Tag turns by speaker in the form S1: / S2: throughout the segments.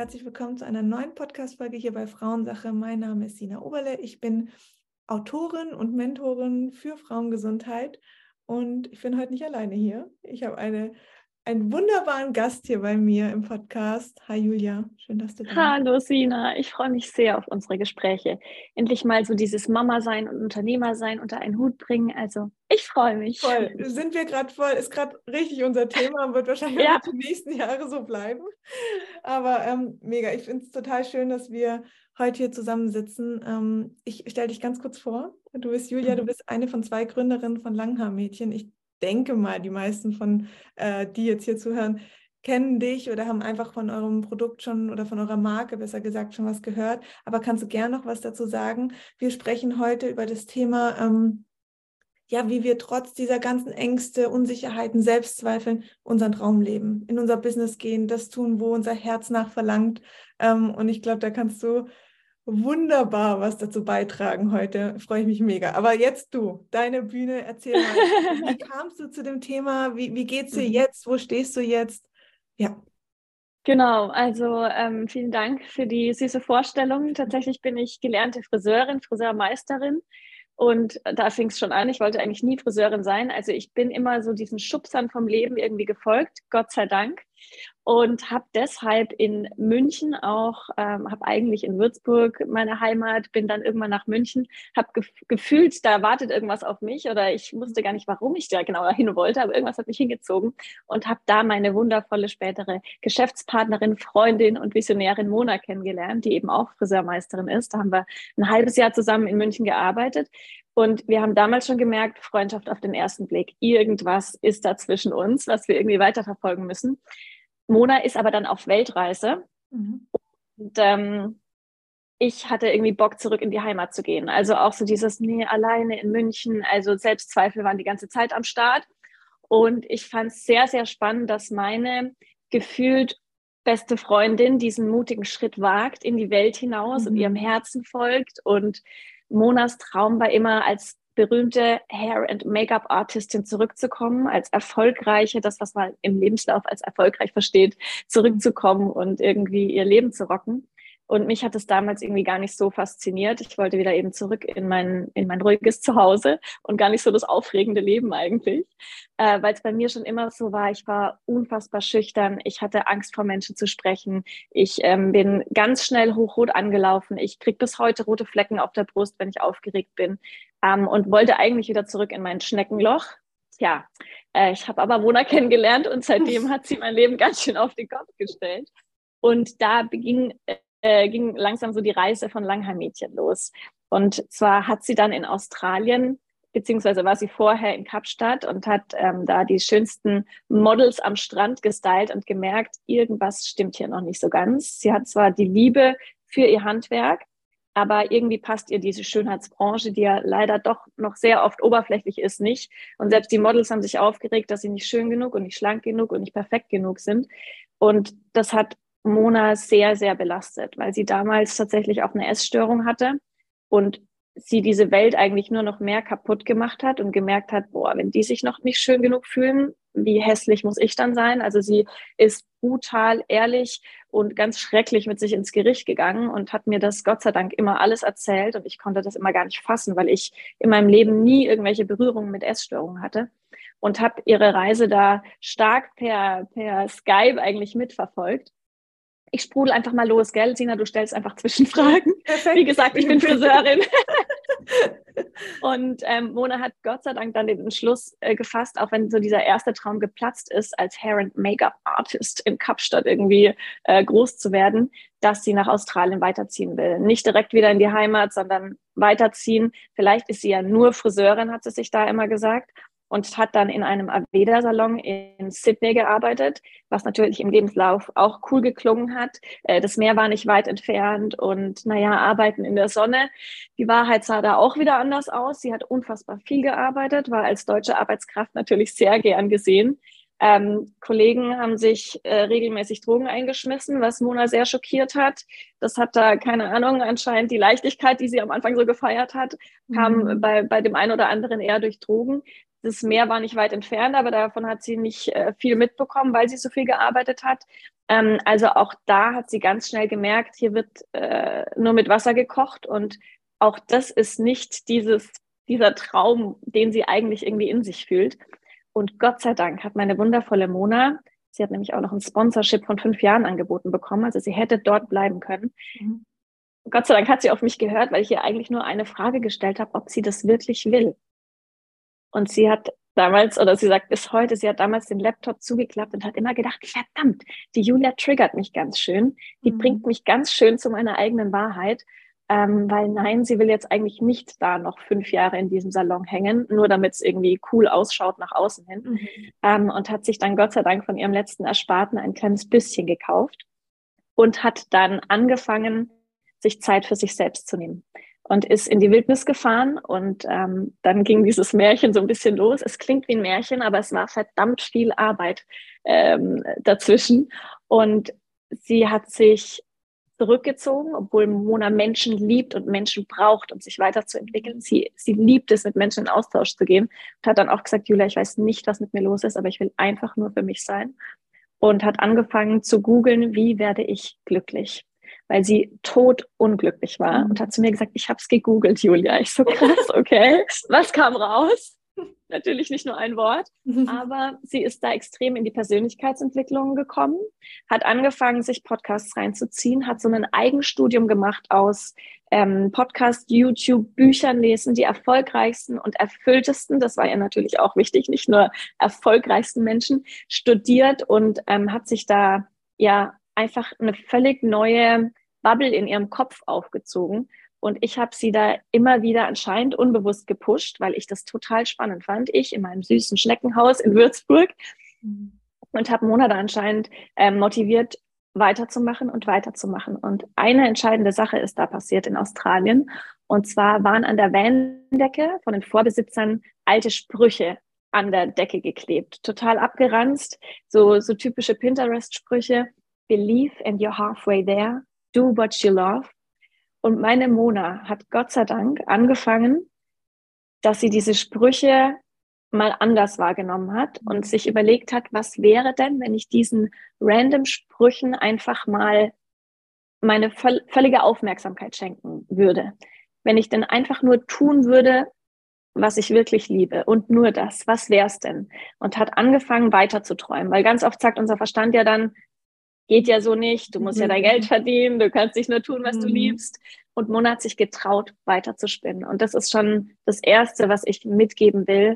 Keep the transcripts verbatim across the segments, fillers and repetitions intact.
S1: herzlich willkommen zu einer neuen Podcast-Folge hier bei Frauensache. Mein Name ist Sina Oberle. Ich bin Autorin und Mentorin für Frauengesundheit und ich bin heute nicht alleine hier. Ich habe eine, einen wunderbaren Gast hier bei mir im Podcast. Hi Julia, schön, dass du da bist.
S2: Hallo Sina, ich freue mich sehr auf unsere Gespräche. Endlich mal so dieses Mama-Sein und Unternehmer-Sein unter einen Hut bringen. Also ich freue mich.
S1: Voll, sind wir gerade voll, ist gerade richtig unser Thema und wird wahrscheinlich
S2: Ja.
S1: auch die nächsten Jahre so bleiben. Aber ähm, mega, ich finde es total schön, dass wir heute hier zusammensitzen. Ähm, ich stelle dich ganz kurz vor. Du bist Julia, du bist eine von zwei Gründerinnen von Langhaar-Mädchen. Ich denke mal, die meisten von, äh, die jetzt hier zuhören, kennen dich oder haben einfach von eurem Produkt schon oder von eurer Marke, besser gesagt, schon was gehört. Aber kannst du gerne noch was dazu sagen? Wir sprechen heute über das Thema, ähm, ja, wie wir trotz dieser ganzen Ängste, Unsicherheiten, Selbstzweifeln unseren Traum leben, in unser Business gehen, das tun, wo unser Herz nach verlangt. Ähm, und ich glaube, da kannst du wunderbar was dazu beitragen heute. Freue ich mich mega. Aber jetzt du, deine Bühne, erzähl mal, wie kamst du zu dem Thema? Wie, wie geht's dir jetzt? Wo stehst du jetzt? Ja.
S2: Genau, also ähm, vielen Dank für die süße Vorstellung. Tatsächlich bin ich gelernte Friseurin, Friseurmeisterin. Und da fing es schon an. Ich wollte eigentlich nie Friseurin sein. Also ich bin immer so diesen Schubsern vom Leben irgendwie gefolgt, Gott sei Dank. Und habe deshalb in München auch, ähm, habe eigentlich in Würzburg meine Heimat, bin dann irgendwann nach München, habe gef gefühlt, da wartet irgendwas auf mich oder ich wusste gar nicht, warum ich da genau hin wollte, aber irgendwas hat mich hingezogen und habe da meine wundervolle spätere Geschäftspartnerin, Freundin und Visionärin Mona kennengelernt, die eben auch Friseurmeisterin ist. Da haben wir ein halbes Jahr zusammen in München gearbeitet. Und wir haben damals schon gemerkt, Freundschaft auf den ersten Blick. Irgendwas ist da zwischen uns, was wir irgendwie weiterverfolgen müssen. Mona ist aber dann auf Weltreise. Mhm. Und ähm, ich hatte irgendwie Bock, zurück in die Heimat zu gehen. Also auch so dieses, nee, alleine in München. Also Selbstzweifel waren die ganze Zeit am Start. Und ich fand es sehr, sehr spannend, dass meine gefühlt beste Freundin diesen mutigen Schritt wagt in die Welt hinaus, mhm, und ihrem Herzen folgt. Und Monas Traum war immer, als berühmte Hair- and Make-up-Artistin zurückzukommen, als erfolgreiche, das, was man im Lebenslauf als erfolgreich versteht, zurückzukommen und irgendwie ihr Leben zu rocken. Und mich hat es damals irgendwie gar nicht so fasziniert. Ich wollte wieder eben zurück in mein, in mein ruhiges Zuhause und gar nicht so das aufregende Leben eigentlich, äh, weil es bei mir schon immer so war. Ich war unfassbar schüchtern. Ich hatte Angst vor Menschen zu sprechen. Ich ähm, bin ganz schnell hochrot angelaufen. Ich kriege bis heute rote Flecken auf der Brust, wenn ich aufgeregt bin, ähm, und wollte eigentlich wieder zurück in mein Schneckenloch. Tja, äh, ich habe aber Mona kennengelernt und seitdem hat sie mein Leben ganz schön auf den Kopf gestellt. Und da beging Äh, ging langsam so die Reise von Langhaar-Mädchen los. Und zwar hat sie dann in Australien, beziehungsweise war sie vorher in Kapstadt und hat ähm, da die schönsten Models am Strand gestylt und gemerkt, irgendwas stimmt hier noch nicht so ganz. Sie hat zwar die Liebe für ihr Handwerk, aber irgendwie passt ihr diese Schönheitsbranche, die ja leider doch noch sehr oft oberflächlich ist, nicht. Und selbst die Models haben sich aufgeregt, dass sie nicht schön genug und nicht schlank genug und nicht perfekt genug sind. Und das hat Mona sehr, sehr belastet, weil sie damals tatsächlich auch eine Essstörung hatte und sie diese Welt eigentlich nur noch mehr kaputt gemacht hat und gemerkt hat, boah, wenn die sich noch nicht schön genug fühlen, wie hässlich muss ich dann sein? Also sie ist brutal, ehrlich und ganz schrecklich mit sich ins Gericht gegangen und hat mir das Gott sei Dank immer alles erzählt und ich konnte das immer gar nicht fassen, weil ich in meinem Leben nie irgendwelche Berührungen mit Essstörungen hatte. Und habe ihre Reise da stark per, per Skype eigentlich mitverfolgt. Ich sprudel einfach mal los, gell? Sina, du stellst einfach Zwischenfragen. Perfekt. Wie gesagt, ich bin Friseurin. Und ähm, Mona hat Gott sei Dank dann den Entschluss äh, gefasst, auch wenn so dieser erste Traum geplatzt ist, als Hair- and Make-up-Artist in Kapstadt irgendwie äh, groß zu werden, dass sie nach Australien weiterziehen will. Nicht direkt wieder in die Heimat, sondern weiterziehen. Vielleicht ist sie ja nur Friseurin, hat sie sich da immer gesagt. Und hat dann in einem Aveda-Salon in Sydney gearbeitet, was natürlich im Lebenslauf auch cool geklungen hat. Das Meer war nicht weit entfernt und naja, arbeiten in der Sonne. Die Wahrheit sah da auch wieder anders aus. Sie hat unfassbar viel gearbeitet, war als deutsche Arbeitskraft natürlich sehr gern gesehen. Ähm, Kollegen haben sich äh, regelmäßig Drogen eingeschmissen, was Mona sehr schockiert hat. Das hat da, keine Ahnung, anscheinend die Leichtigkeit, die sie am Anfang so gefeiert hat, kam mhm. bei, bei dem einen oder anderen eher durch Drogen. Das Meer war nicht weit entfernt, aber davon hat sie nicht äh, viel mitbekommen, weil sie so viel gearbeitet hat. Ähm, also auch da hat sie ganz schnell gemerkt, hier wird äh, nur mit Wasser gekocht und auch das ist nicht dieses, dieser Traum, den sie eigentlich irgendwie in sich fühlt. Und Gott sei Dank hat meine wundervolle Mona, sie hat nämlich auch noch ein Sponsorship von fünf Jahren angeboten bekommen, also sie hätte dort bleiben können.
S1: Mhm.
S2: Gott sei Dank hat sie auf mich gehört, weil ich ihr eigentlich nur eine Frage gestellt habe, ob sie das wirklich will. Und sie hat damals, oder sie sagt bis heute, sie hat damals den Laptop zugeklappt und hat immer gedacht, verdammt, die Julia triggert mich ganz schön. Die
S1: Mhm.
S2: bringt mich ganz schön zu meiner eigenen Wahrheit. Ähm, weil nein, sie will jetzt eigentlich nicht da noch fünf Jahre in diesem Salon hängen, nur damit es irgendwie cool ausschaut nach außen hin.
S1: Mhm.
S2: Ähm, und hat sich dann Gott sei Dank von ihrem letzten Ersparten ein kleines bisschen gekauft und hat dann angefangen, sich Zeit für sich selbst zu nehmen. Und ist in die Wildnis gefahren und ähm, dann ging dieses Märchen so ein bisschen los. Es klingt wie ein Märchen, aber es war verdammt viel Arbeit ähm, dazwischen. Und sie hat sich zurückgezogen, obwohl Mona Menschen liebt und Menschen braucht, um sich weiterzuentwickeln. Sie, sie liebt es, mit Menschen in Austausch zu gehen und hat dann auch gesagt, Julia, ich weiß nicht, was mit mir los ist, aber ich will einfach nur für mich sein. Und hat angefangen zu googeln, wie werde ich glücklich? Weil sie tot unglücklich war und hat zu mir gesagt, ich habe es gegoogelt, Julia. Ich so, krass, okay. Was kam raus? Natürlich nicht nur ein Wort, aber sie ist da extrem in die Persönlichkeitsentwicklung gekommen, hat angefangen, sich Podcasts reinzuziehen, hat so ein Eigenstudium gemacht aus ähm, Podcast, YouTube, Büchern lesen, die erfolgreichsten und erfülltesten, das war ihr natürlich auch wichtig, nicht nur erfolgreichsten Menschen, studiert und ähm, hat sich da ja einfach eine völlig neue Bubble in ihrem Kopf aufgezogen. Und ich habe sie da immer wieder anscheinend unbewusst gepusht, weil ich das total spannend fand. Ich in meinem süßen Schneckenhaus in Würzburg mhm. und habe Mona da anscheinend äh, motiviert, weiterzumachen und weiterzumachen. Und eine entscheidende Sache ist da passiert in Australien. Und zwar waren an der Van-Decke von den Vorbesitzern alte Sprüche an der Decke geklebt. Total abgeranzt, so, so typische Pinterest-Sprüche. Believe and you're halfway there. Do what you love. Und meine Mona hat Gott sei Dank angefangen, dass sie diese Sprüche mal anders wahrgenommen hat und sich überlegt hat, was wäre denn, wenn ich diesen random Sprüchen einfach mal meine völlige Aufmerksamkeit schenken würde. Wenn ich denn einfach nur tun würde, was ich wirklich liebe und nur das, was wäre es denn? Und hat angefangen weiter zu träumen, weil ganz oft sagt unser Verstand ja dann, geht ja so nicht, du musst ja dein Geld verdienen, du kannst nicht nur tun, was du liebst. Und Mona hat sich getraut, weiter zu spinnen. Und das ist schon das Erste, was ich mitgeben will.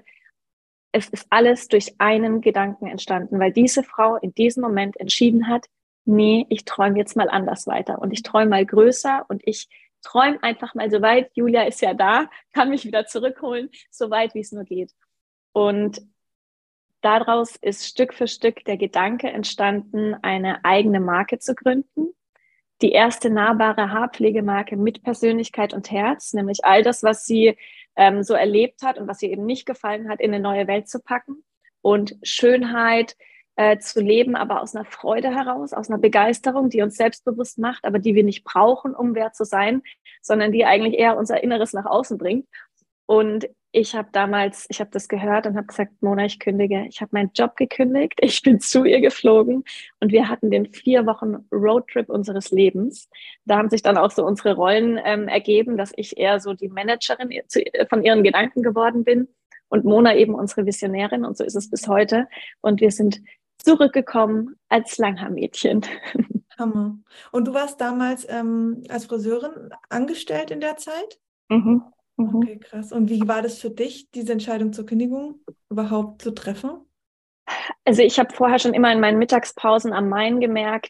S2: Es ist alles durch einen Gedanken entstanden, weil diese Frau in diesem Moment entschieden hat, nee, ich träume jetzt mal anders weiter und ich träume mal größer und ich träume einfach mal so weit, Julia ist ja da, kann mich wieder zurückholen, so weit, wie es nur geht. Und daraus ist Stück für Stück der Gedanke entstanden, eine eigene Marke zu gründen. Die erste nahbare Haarpflegemarke mit Persönlichkeit und Herz, nämlich all das, was sie ähm, so erlebt hat und was ihr eben nicht gefallen hat, in eine neue Welt zu packen und Schönheit äh, zu leben, aber aus einer Freude heraus, aus einer Begeisterung, die uns selbstbewusst macht, aber die wir nicht brauchen, um wer zu sein, sondern die eigentlich eher unser Inneres nach außen bringt. Und ich habe damals, ich habe das gehört und habe gesagt, Mona, ich kündige. Ich habe meinen Job gekündigt, ich bin zu ihr geflogen und wir hatten den vier Wochen Roadtrip unseres Lebens. Da haben sich dann auch so unsere Rollen ähm, ergeben, dass ich eher so die Managerin von ihren Gedanken geworden bin und Mona eben unsere Visionärin und so ist es bis heute. Und wir sind zurückgekommen als Langhaarmädchen.
S1: Hammer. Und du warst damals ähm, als Friseurin angestellt in der Zeit?
S2: Mhm.
S1: Okay, krass. Und wie war das für dich, diese Entscheidung zur Kündigung überhaupt zu treffen?
S2: Also ich habe vorher schon immer in meinen Mittagspausen am Main gemerkt,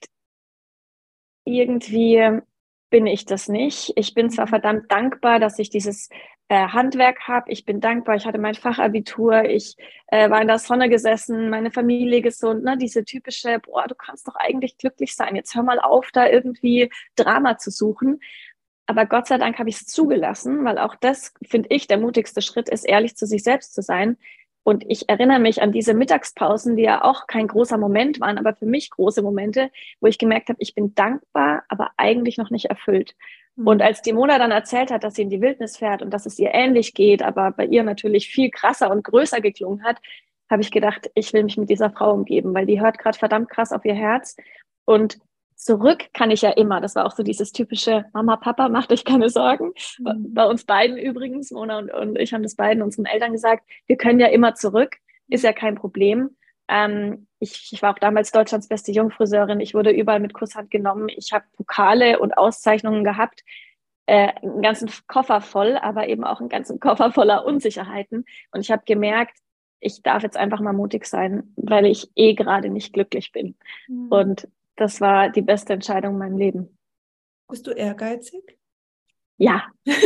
S2: irgendwie bin ich das nicht. Ich bin zwar verdammt dankbar, dass ich dieses äh, Handwerk habe. Ich bin dankbar, ich hatte mein Fachabitur, ich äh, war in der Sonne gesessen, meine Familie gesund, ne? Diese typische, boah, du kannst doch eigentlich glücklich sein. Jetzt hör mal auf, da irgendwie Drama zu suchen. Aber Gott sei Dank habe ich es zugelassen, weil auch das, finde ich, der mutigste Schritt ist, ehrlich zu sich selbst zu sein. Und ich erinnere mich an diese Mittagspausen, die ja auch kein großer Moment waren, aber für mich große Momente, wo ich gemerkt habe, ich bin dankbar, aber eigentlich noch nicht erfüllt. Mhm. Und als die Mona dann erzählt hat, dass sie in die Wildnis fährt und dass es ihr ähnlich geht, aber bei ihr natürlich viel krasser und größer geklungen hat, habe ich gedacht, ich will mich mit dieser Frau umgeben, weil die hört gerade verdammt krass auf ihr Herz. Und zurück kann ich ja immer. Das war auch so dieses typische Mama, Papa, macht euch keine Sorgen. Mhm. Bei uns beiden übrigens, Mona und, und ich haben das beiden unseren Eltern gesagt, wir können ja immer zurück, ist ja kein Problem. Ähm, ich, ich war auch damals Deutschlands beste Jungfriseurin. Ich wurde überall mit Kusshand genommen. Ich habe Pokale und Auszeichnungen gehabt. Äh, einen ganzen Koffer voll, aber eben auch einen ganzen Koffer voller Unsicherheiten. Und ich habe gemerkt, ich darf jetzt einfach mal mutig sein, weil ich eh gerade nicht glücklich bin. Mhm. Und das war die beste Entscheidung in meinem Leben.
S1: Bist du ehrgeizig?
S2: Ja.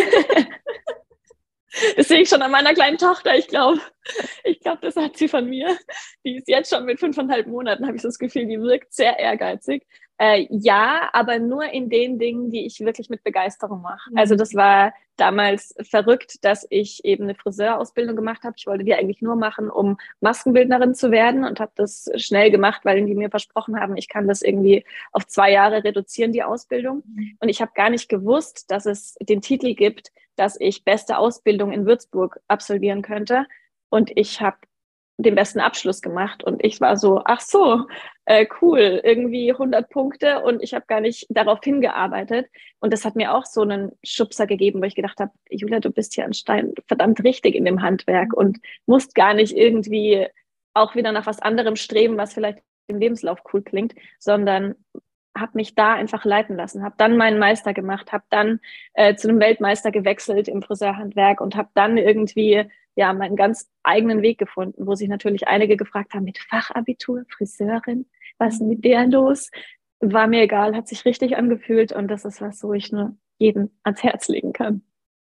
S2: Das sehe ich schon an meiner kleinen Tochter, ich glaube. Ich glaube, das hat sie von mir. Die ist jetzt schon mit fünfeinhalb Monaten, habe ich das Gefühl, die wirkt sehr ehrgeizig. Äh, ja, aber nur in den Dingen, die ich wirklich mit Begeisterung mache. Mhm. Also das war damals verrückt, dass ich eben eine Friseurausbildung gemacht habe. Ich wollte die eigentlich nur machen, um Maskenbildnerin zu werden und habe das schnell gemacht, weil die mir versprochen haben, ich kann das irgendwie auf zwei Jahre reduzieren, die Ausbildung. Mhm. Und ich habe gar nicht gewusst, dass es den Titel gibt, dass ich beste Ausbildung in Würzburg absolvieren könnte. Und ich habe den besten Abschluss gemacht. Und ich war so, ach so, äh, cool, irgendwie hundert Punkte und ich habe gar nicht darauf hingearbeitet. Und das hat mir auch so einen Schubser gegeben, wo ich gedacht habe, Julia, du bist hier anscheinend verdammt richtig in dem Handwerk und musst gar nicht irgendwie auch wieder nach was anderem streben, was vielleicht im Lebenslauf cool klingt, sondern habe mich da einfach leiten lassen, habe dann meinen Meister gemacht, habe dann äh, zu einem Weltmeister gewechselt im Friseurhandwerk und habe dann irgendwie ja meinen ganz eigenen Weg gefunden, wo sich natürlich einige gefragt haben, mit Fachabitur, Friseurin, was ist denn mit der los? War mir egal, hat sich richtig angefühlt und das ist was, wo ich nur jedem ans Herz legen kann.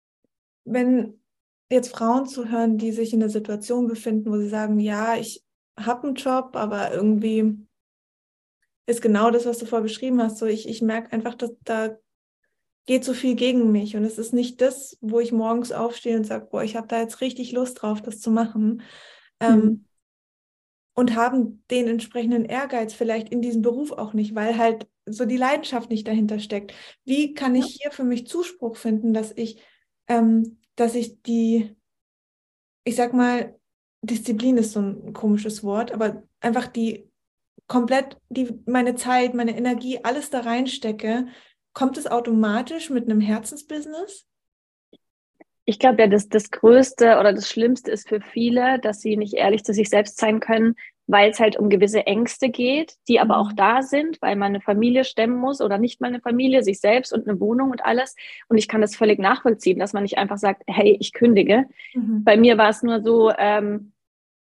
S1: Wenn jetzt Frauen zuhören, die sich in der Situation befinden, wo sie sagen, ja, ich habe einen Job, aber irgendwie ist genau das, was du vorher beschrieben hast, so ich, ich merke einfach, dass da geht so viel gegen mich und es ist nicht das, wo ich morgens aufstehe und sage, boah, ich habe da jetzt richtig Lust drauf, das zu machen. Ähm, mhm. Und haben den entsprechenden Ehrgeiz vielleicht in diesem Beruf auch nicht, weil halt so die Leidenschaft nicht dahinter steckt. Wie kann ich hier für mich Zuspruch finden, dass ich, ähm, dass ich die, ich sag mal, Disziplin ist so ein komisches Wort, aber einfach die komplett die, meine Zeit, meine Energie, alles da reinstecke, kommt es automatisch mit einem Herzensbusiness?
S2: Ich glaube ja, das, das Größte oder das Schlimmste ist für viele, dass sie nicht ehrlich zu sich selbst sein können, weil es halt um gewisse Ängste geht, die aber mhm. auch da sind, weil man eine Familie stemmen muss oder nicht mal eine Familie, sich selbst und eine Wohnung und alles. Und ich kann das völlig nachvollziehen, dass man nicht einfach sagt, hey, ich kündige. Mhm. Bei mir war es nur so, ähm,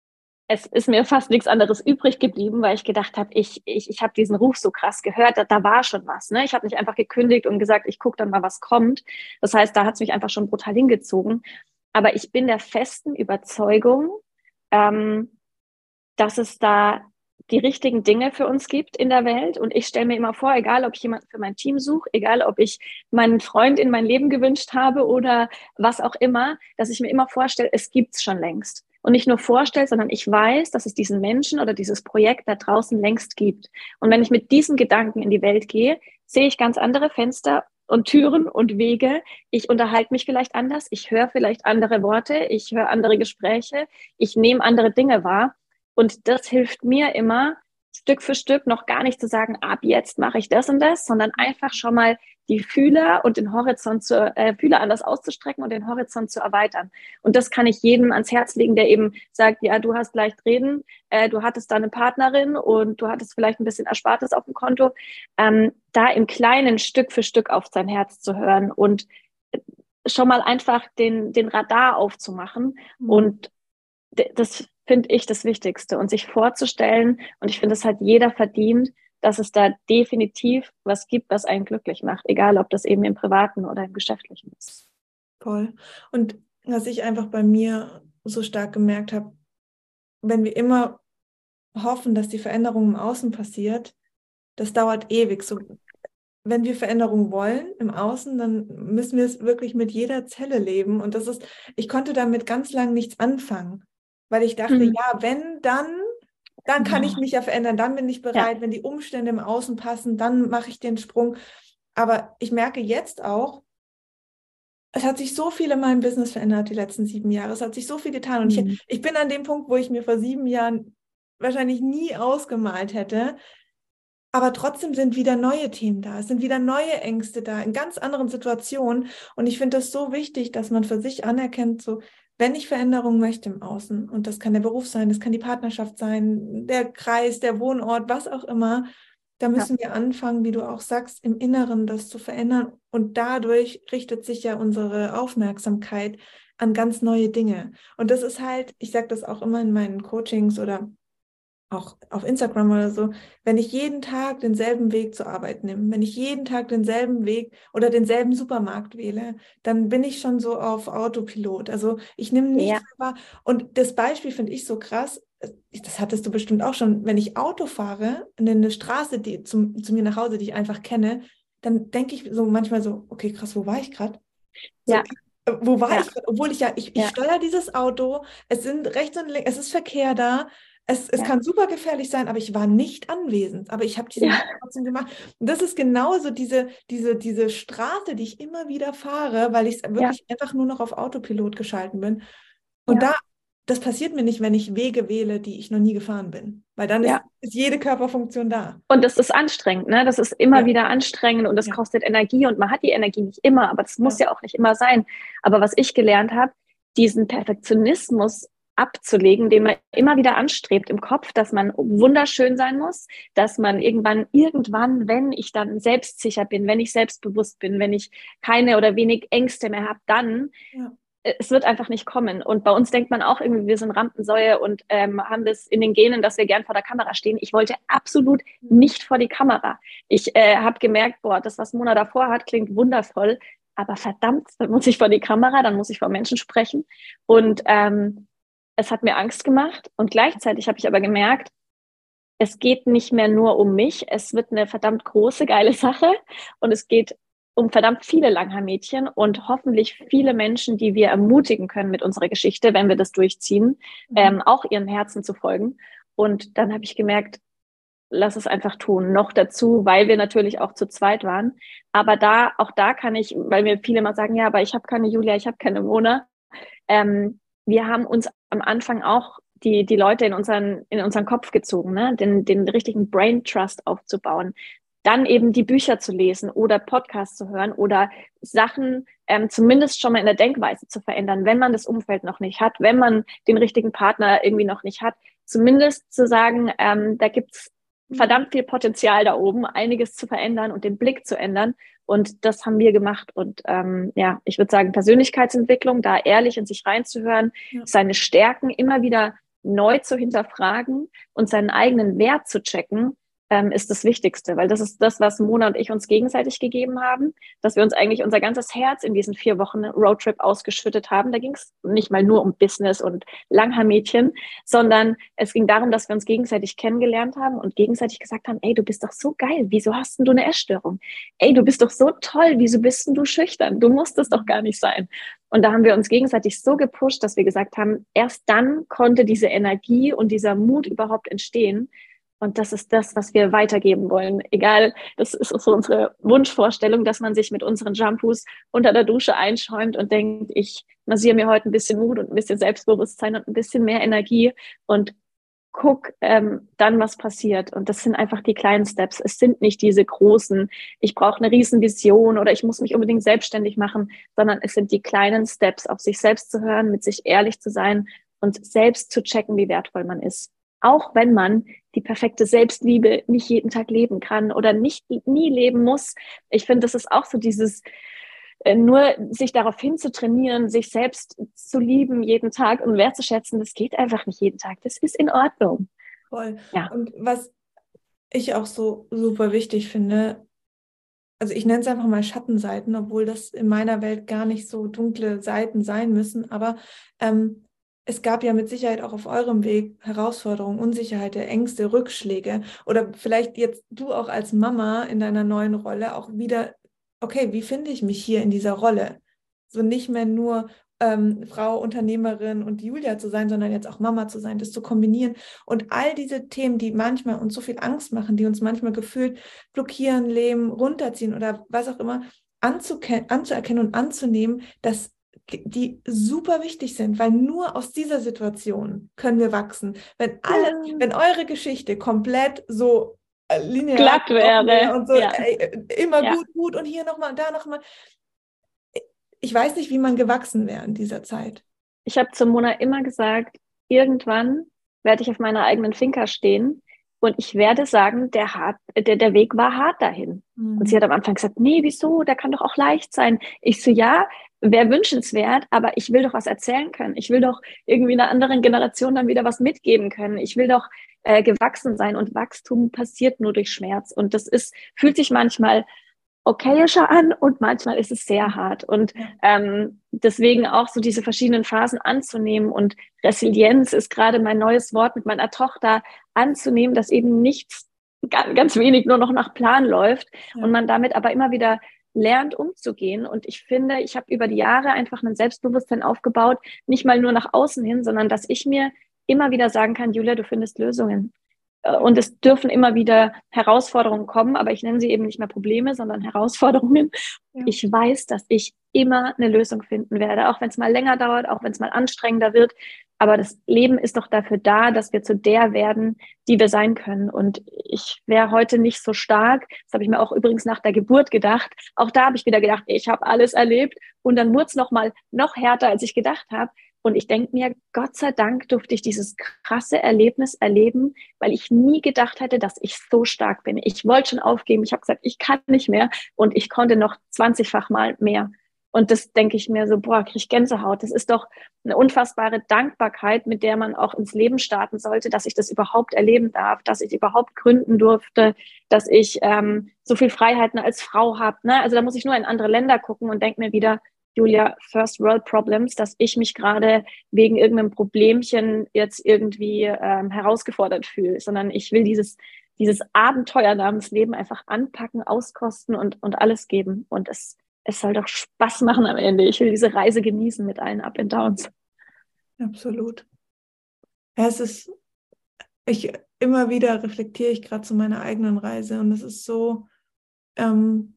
S2: es ist mir fast nichts anderes übrig geblieben, weil ich gedacht habe, ich, ich, ich habe diesen Ruf so krass gehört, da, da war schon was. Ne? Ich habe nicht einfach gekündigt und gesagt, ich gucke dann mal, was kommt. Das heißt, da hat es mich einfach schon brutal hingezogen. Aber ich bin der festen Überzeugung, ähm, dass es da die richtigen Dinge für uns gibt in der Welt. Und ich stelle mir immer vor, egal ob ich jemanden für mein Team suche, egal ob ich meinen Freund in mein Leben gewünscht habe oder was auch immer, dass ich mir immer vorstelle, es gibt's schon längst. Und nicht nur vorstelle, sondern ich weiß, dass es diesen Menschen oder dieses Projekt da draußen längst gibt. Und wenn ich mit diesem Gedanken in die Welt gehe, sehe ich ganz andere Fenster und Türen und Wege. Ich unterhalte mich vielleicht anders, ich höre vielleicht andere Worte, ich höre andere Gespräche, ich nehme andere Dinge wahr. Und das hilft mir immer, Stück für Stück noch gar nicht zu sagen, ab jetzt mache ich das und das, sondern einfach schon mal die Fühler und den Horizont zu, äh, Fühler anders auszustrecken und den Horizont zu erweitern. Und das kann ich jedem ans Herz legen, der eben sagt, ja, du hast leicht reden, äh, du hattest da eine Partnerin und du hattest vielleicht ein bisschen Erspartes auf dem Konto, ähm, da im Kleinen Stück für Stück auf sein Herz zu hören und schon mal einfach den, den Radar aufzumachen. Mhm. Und d- das finde ich das Wichtigste und sich vorzustellen, und ich finde, es hat jeder verdient, dass es da definitiv was gibt, was einen glücklich macht, egal ob das eben im Privaten oder im Geschäftlichen ist.
S1: Voll. Und was ich einfach bei mir so stark gemerkt habe, wenn wir immer hoffen, dass die Veränderung im Außen passiert, das dauert ewig. So, wenn wir Veränderung wollen im Außen, dann müssen wir es wirklich mit jeder Zelle leben. Und das ist, ich konnte damit ganz lang nichts anfangen, weil ich dachte, mhm. ja, wenn, dann, dann kann ich mich ja verändern, dann bin ich bereit, ja. wenn die Umstände im Außen passen, dann mache ich den Sprung. Aber ich merke jetzt auch, es hat sich so viel in meinem Business verändert die letzten sieben Jahre. Es hat sich so viel getan. Und mhm. ich, ich bin an dem Punkt, wo ich mir vor sieben Jahren wahrscheinlich nie ausgemalt hätte, aber trotzdem sind wieder neue Themen da, es sind wieder neue Ängste da, in ganz anderen Situationen. Und ich finde das so wichtig, dass man für sich anerkennt, so, wenn ich Veränderung möchte im Außen, und das kann der Beruf sein, das kann die Partnerschaft sein, der Kreis, der Wohnort, was auch immer, da
S2: Ja.
S1: müssen wir anfangen, wie du auch sagst, im Inneren das zu verändern. Und dadurch richtet sich ja unsere Aufmerksamkeit an ganz neue Dinge. Und das ist halt, ich sage das auch immer in meinen Coachings oder auch auf Instagram oder so, wenn ich jeden Tag denselben Weg zur Arbeit nehme, wenn ich jeden Tag denselben Weg oder denselben Supermarkt wähle, dann bin ich schon so auf Autopilot. Also ich nehme nichts
S2: Ja.
S1: mehr wahr. Und das Beispiel finde ich so krass, das hattest du bestimmt auch schon, wenn ich Auto fahre, in eine Straße, die zum, zu mir nach Hause, die ich einfach kenne, dann denke ich so manchmal so, okay, krass, wo war ich gerade? So,
S2: Ja.
S1: äh, wo war
S2: Ja.
S1: ich gerade? Obwohl ich ja, ich, ich
S2: Ja.
S1: steuere dieses Auto, es sind rechts und links, es ist Verkehr da, es, es
S2: Ja.
S1: kann super gefährlich sein, aber ich war nicht anwesend, aber ich habe diesen
S2: Ja.
S1: Weg trotzdem gemacht. Und das ist genauso diese, diese, diese Straße, die ich immer wieder fahre, weil ich wirklich
S2: Ja.
S1: einfach nur noch auf Autopilot geschalten bin. Und
S2: Ja.
S1: da, das passiert mir nicht, wenn ich Wege wähle, die ich noch nie gefahren bin, weil dann ist,
S2: Ja.
S1: ist jede Körperfunktion da.
S2: Und das ist anstrengend, ne? Das ist immer
S1: Ja,
S2: wieder anstrengend und das
S1: ja,
S2: kostet Energie und man hat die Energie nicht immer, aber das muss
S1: ja,
S2: ja auch nicht immer sein. Aber was ich gelernt habe, diesen Perfektionismus abzulegen, den man immer wieder anstrebt im Kopf, dass man wunderschön sein muss, dass man irgendwann, irgendwann, wenn ich dann selbstsicher bin, wenn ich selbstbewusst bin, wenn ich keine oder wenig Ängste mehr habe, dann
S1: ja,
S2: es wird einfach nicht kommen. Und bei uns denkt man auch irgendwie, wir sind Rampensäue und ähm, haben das in den Genen, dass wir gern vor der Kamera stehen. Ich wollte absolut nicht vor die Kamera. Ich äh, habe gemerkt, boah, das, was Mona davor hat, klingt wundervoll, aber verdammt, dann muss ich vor die Kamera, dann muss ich vor Menschen sprechen. Und ähm, es hat mir Angst gemacht. Und gleichzeitig habe ich aber gemerkt, es geht nicht mehr nur um mich, es wird eine verdammt große, geile Sache und es geht um verdammt viele Langhaar-Mädchen und hoffentlich viele Menschen, die wir ermutigen können mit unserer Geschichte, wenn wir das durchziehen,
S1: mhm.
S2: ähm, auch ihren Herzen zu folgen. Und dann habe ich gemerkt, lass es einfach tun. Noch dazu, weil wir natürlich auch zu zweit waren. Aber da, auch da kann ich, weil mir viele mal sagen, ja, aber ich habe keine Julia, ich habe keine Mona. Ähm, wir haben uns am Anfang auch die, die Leute in unseren, in unseren Kopf gezogen, ne? den, den richtigen Brain Trust aufzubauen. Dann eben die Bücher zu lesen oder Podcasts zu hören oder Sachen ähm, zumindest schon mal in der Denkweise zu verändern, wenn man das Umfeld noch nicht hat, wenn man den richtigen Partner irgendwie noch nicht hat. Zumindest zu sagen, ähm, da gibt's verdammt viel Potenzial da oben, einiges zu verändern und den Blick zu ändern. Und das haben wir gemacht. Und ähm, ja, ich würde sagen, Persönlichkeitsentwicklung, da ehrlich in sich reinzuhören,
S1: Ja.
S2: seine Stärken immer wieder neu zu hinterfragen und seinen eigenen Wert zu checken, ähm, ist das Wichtigste, weil das ist das, was Mona und ich uns gegenseitig gegeben haben, dass wir uns eigentlich unser ganzes Herz in diesen vier Wochen Roadtrip ausgeschüttet haben. Da ging es nicht mal nur um Business und Langhaar-Mädchen, sondern es ging darum, dass wir uns gegenseitig kennengelernt haben und gegenseitig gesagt haben, ey, du bist doch so geil, wieso hast denn du eine Essstörung? Ey, du bist doch so toll, wieso bist denn du schüchtern? Du musst es doch gar nicht sein. Und da haben wir uns gegenseitig so gepusht, dass wir gesagt haben, erst dann konnte diese Energie und dieser Mut überhaupt entstehen. Und das ist das, was wir weitergeben wollen. Egal, das ist so unsere Wunschvorstellung, dass man sich mit unseren Shampoos unter der Dusche einschäumt und denkt, ich massiere mir heute ein bisschen Mut und ein bisschen Selbstbewusstsein und ein bisschen mehr Energie und guck ähm, dann, was passiert. Und das sind einfach die kleinen Steps. Es sind nicht diese großen, ich brauche eine Riesenvision oder ich muss mich unbedingt selbstständig machen, sondern es sind die kleinen Steps, auf sich selbst zu hören, mit sich ehrlich zu sein und selbst zu checken, wie wertvoll man ist. Auch wenn man die perfekte Selbstliebe nicht jeden Tag leben kann oder nicht nie leben muss. Ich finde, das ist auch so dieses, äh, nur sich darauf hinzutrainieren, sich selbst zu lieben jeden Tag und wertzuschätzen, das geht einfach nicht jeden Tag. Das ist in Ordnung.
S1: Voll.
S2: Ja.
S1: Und was ich auch so super wichtig finde, also ich nenne es einfach mal Schattenseiten, obwohl das in meiner Welt gar nicht so dunkle Seiten sein müssen, aber ähm, es gab ja mit Sicherheit auch auf eurem Weg Herausforderungen, Unsicherheit, Ängste, Rückschläge oder vielleicht jetzt du auch als Mama in deiner neuen Rolle auch wieder, okay, wie finde ich mich hier in dieser Rolle? So nicht mehr nur ähm, Frau, Unternehmerin und Julia zu sein, sondern jetzt auch Mama zu sein, das zu kombinieren und all diese Themen, die manchmal uns so viel Angst machen, die uns manchmal gefühlt blockieren, lähmen, runterziehen oder was auch immer, anzuerkennen und anzunehmen, dass die super wichtig sind, weil nur aus dieser Situation können wir wachsen. Wenn alles, wenn eure Geschichte komplett so linear
S2: glatt
S1: gelaufen wäre
S2: wäre.
S1: und so,
S2: Ja,
S1: ey, immer
S2: ja.
S1: gut, gut und hier nochmal, da nochmal. Ich weiß nicht, wie man gewachsen wäre in dieser Zeit.
S2: Ich habe zu Mona immer gesagt, irgendwann werde ich auf meiner eigenen Finca stehen und ich werde sagen, der, hart, der, der Weg war hart dahin. Und sie
S1: Mhm.
S2: hat am Anfang gesagt, nee, wieso? Der kann doch auch leicht sein. Ich so, ja, wäre wünschenswert, aber ich will doch was erzählen können. Ich will doch irgendwie einer anderen Generation dann wieder was mitgeben können. Ich will doch äh, gewachsen sein und Wachstum passiert nur durch Schmerz. Und das ist, fühlt sich manchmal okayischer an und manchmal ist es sehr hart. Und
S1: Ja.
S2: ähm, deswegen auch so diese verschiedenen Phasen anzunehmen und Resilienz ist gerade mein neues Wort mit meiner Tochter anzunehmen, dass eben nichts, ganz wenig nur noch nach Plan läuft
S1: Ja.
S2: und man damit aber immer wieder lernt umzugehen. Und ich finde, ich habe über die Jahre einfach ein Selbstbewusstsein aufgebaut, nicht mal nur nach außen hin, sondern dass ich mir immer wieder sagen kann, Julia, du findest Lösungen. Und es dürfen immer wieder Herausforderungen kommen, aber ich nenne sie eben nicht mehr Probleme, sondern Herausforderungen.
S1: Ja.
S2: Ich weiß, dass ich immer eine Lösung finden werde, auch wenn es mal länger dauert, auch wenn es mal anstrengender wird. Aber das Leben ist doch dafür da, dass wir zu der werden, die wir sein können. Und ich wäre heute nicht so stark. Das habe ich mir auch übrigens nach der Geburt gedacht. Auch da habe ich wieder gedacht, ich habe alles erlebt. Und dann wurde es noch mal noch härter, als ich gedacht habe. Und ich denke mir, Gott sei Dank durfte ich dieses krasse Erlebnis erleben, weil ich nie gedacht hätte, dass ich so stark bin. Ich wollte schon aufgeben. Ich habe gesagt, ich kann nicht mehr. Und ich konnte noch zwanzigfach mal mehr. Und das denke ich mir so, boah, krieg ich Gänsehaut. Das ist doch eine unfassbare Dankbarkeit, mit der man auch ins Leben starten sollte, dass ich das überhaupt erleben darf, dass ich überhaupt gründen durfte, dass ich ähm, so viel Freiheiten als Frau habe. Ne? Also da muss ich nur in andere Länder gucken und denke mir wieder, Julia, First World Problems, dass ich mich gerade wegen irgendeinem Problemchen jetzt irgendwie ähm, herausgefordert fühle, sondern ich will dieses, dieses Abenteuer namens Leben einfach anpacken, auskosten und, und alles geben. Und es, es soll doch Spaß machen am Ende. Ich will diese Reise genießen mit allen Up and Downs.
S1: Absolut. Ja, es ist, ich, immer wieder reflektiere ich gerade zu meiner eigenen Reise und es ist so, ähm,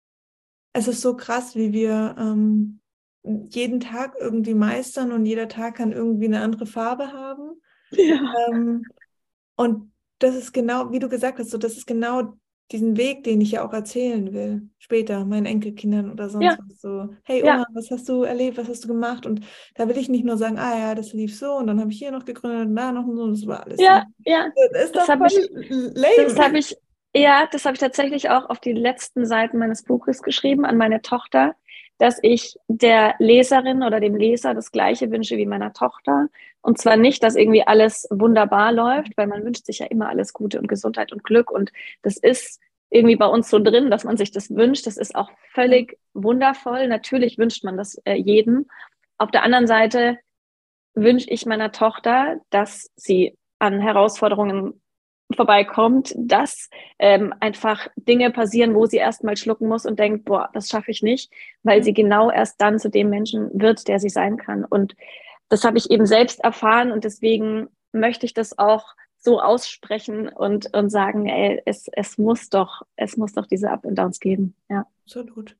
S1: es ist so krass, wie wir ähm, jeden Tag irgendwie meistern und jeder Tag kann irgendwie eine andere Farbe haben.
S2: Ja.
S1: Ähm, und das ist genau, wie du gesagt hast, so, das ist genau diesen Weg, den ich ja auch erzählen will, später, meinen Enkelkindern oder sonst
S2: Ja,
S1: was. So, hey
S2: ja,
S1: Oma, was hast du erlebt, was hast du gemacht? Und da will ich nicht nur sagen, ah ja, das lief so und dann habe ich hier noch gegründet und da noch so, das war alles so.
S2: ja, ja.
S1: Das ist
S2: Das
S1: doch
S2: habe ich,
S1: voll
S2: das
S1: lame.
S2: habe ich, ja, das habe ich tatsächlich auch auf die letzten Seiten meines Buches geschrieben an meine Tochter, dass ich der Leserin oder dem Leser das Gleiche wünsche wie meiner Tochter. Und zwar nicht, dass irgendwie alles wunderbar läuft, weil man wünscht sich ja immer alles Gute und Gesundheit und Glück. Und das ist irgendwie bei uns so drin, dass man sich das wünscht. Das ist auch völlig wundervoll. Natürlich wünscht man das äh, jedem. Auf der anderen Seite wünsche ich meiner Tochter, dass sie an Herausforderungen vorbeikommt, dass ähm, einfach Dinge passieren, wo sie erstmal schlucken muss und denkt, boah, das schaffe ich nicht, weil sie genau erst dann zu dem Menschen wird, der sie sein kann. Und das habe ich eben selbst erfahren und deswegen möchte ich das auch so aussprechen und, und sagen, ey, es, es muss doch, es muss doch diese Up and Downs geben. Ja.
S1: Absolut.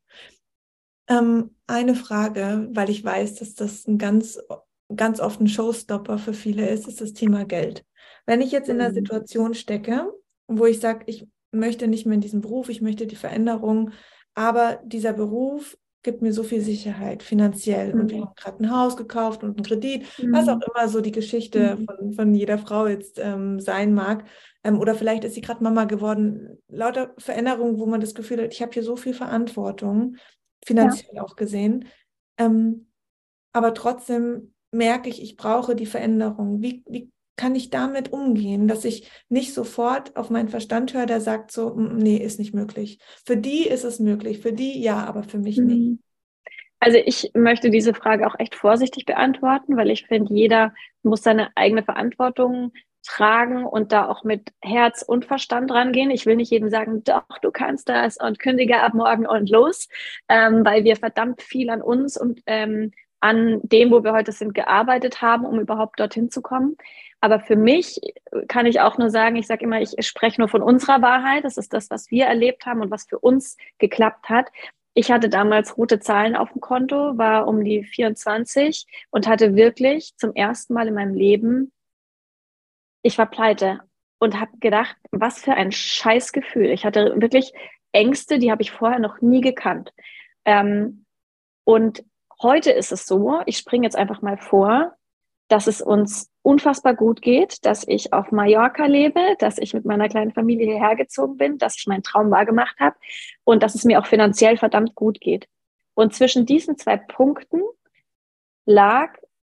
S1: Ähm, eine Frage, weil ich weiß, dass das ein ganz, ganz oft ein Showstopper für viele ist, ist das Thema Geld. Wenn ich jetzt in einer
S2: Mhm.
S1: Situation stecke, wo ich sage, ich möchte nicht mehr in diesem Beruf, ich möchte die Veränderung, aber dieser Beruf gibt mir so viel Sicherheit finanziell und wir
S2: Mhm.
S1: haben gerade ein Haus gekauft und einen Kredit, was auch
S2: Mhm.
S1: immer so die Geschichte
S2: Mhm.
S1: von, von jeder Frau jetzt ähm, sein mag. Ähm, oder vielleicht ist sie gerade Mama geworden. Lauter Veränderungen, wo man das Gefühl hat, ich habe hier so viel Verantwortung,
S2: Ja.
S1: finanziell auch gesehen. Ähm, aber trotzdem merke ich, ich brauche die Veränderung. Wie, wie kann ich damit umgehen, dass ich nicht sofort auf meinen Verstand höre, der sagt so, "Mm, nee, ist nicht möglich. Für die ist es möglich, für die ja, aber für mich nicht."
S2: Mhm. Also ich möchte diese Frage auch echt vorsichtig beantworten, weil ich finde, jeder muss seine eigene Verantwortung tragen und da auch mit Herz und Verstand rangehen. Ich will nicht jedem sagen, doch, du kannst das und kündige ab morgen und los, ähm, weil wir verdammt viel an uns und ähm, an dem, wo wir heute sind, gearbeitet haben, um überhaupt dorthin zu kommen. Aber für mich kann ich auch nur sagen, ich sage immer, ich spreche nur von unserer Wahrheit. Das ist das, was wir erlebt haben und was für uns geklappt hat. Ich hatte damals rote Zahlen auf dem Konto, war um die vierundzwanzig und hatte wirklich zum ersten Mal in meinem Leben, ich war pleite. und habe gedacht, was für ein Scheißgefühl. Ich hatte wirklich Ängste, die habe ich vorher noch nie gekannt. Ähm, und heute ist es so, ich springe jetzt einfach mal vor, dass es uns unfassbar gut geht, dass ich auf Mallorca lebe, dass ich mit meiner kleinen Familie hierher gezogen bin, dass ich meinen Traum wahrgemacht habe und dass es mir auch finanziell verdammt gut geht. Und zwischen diesen zwei Punkten lag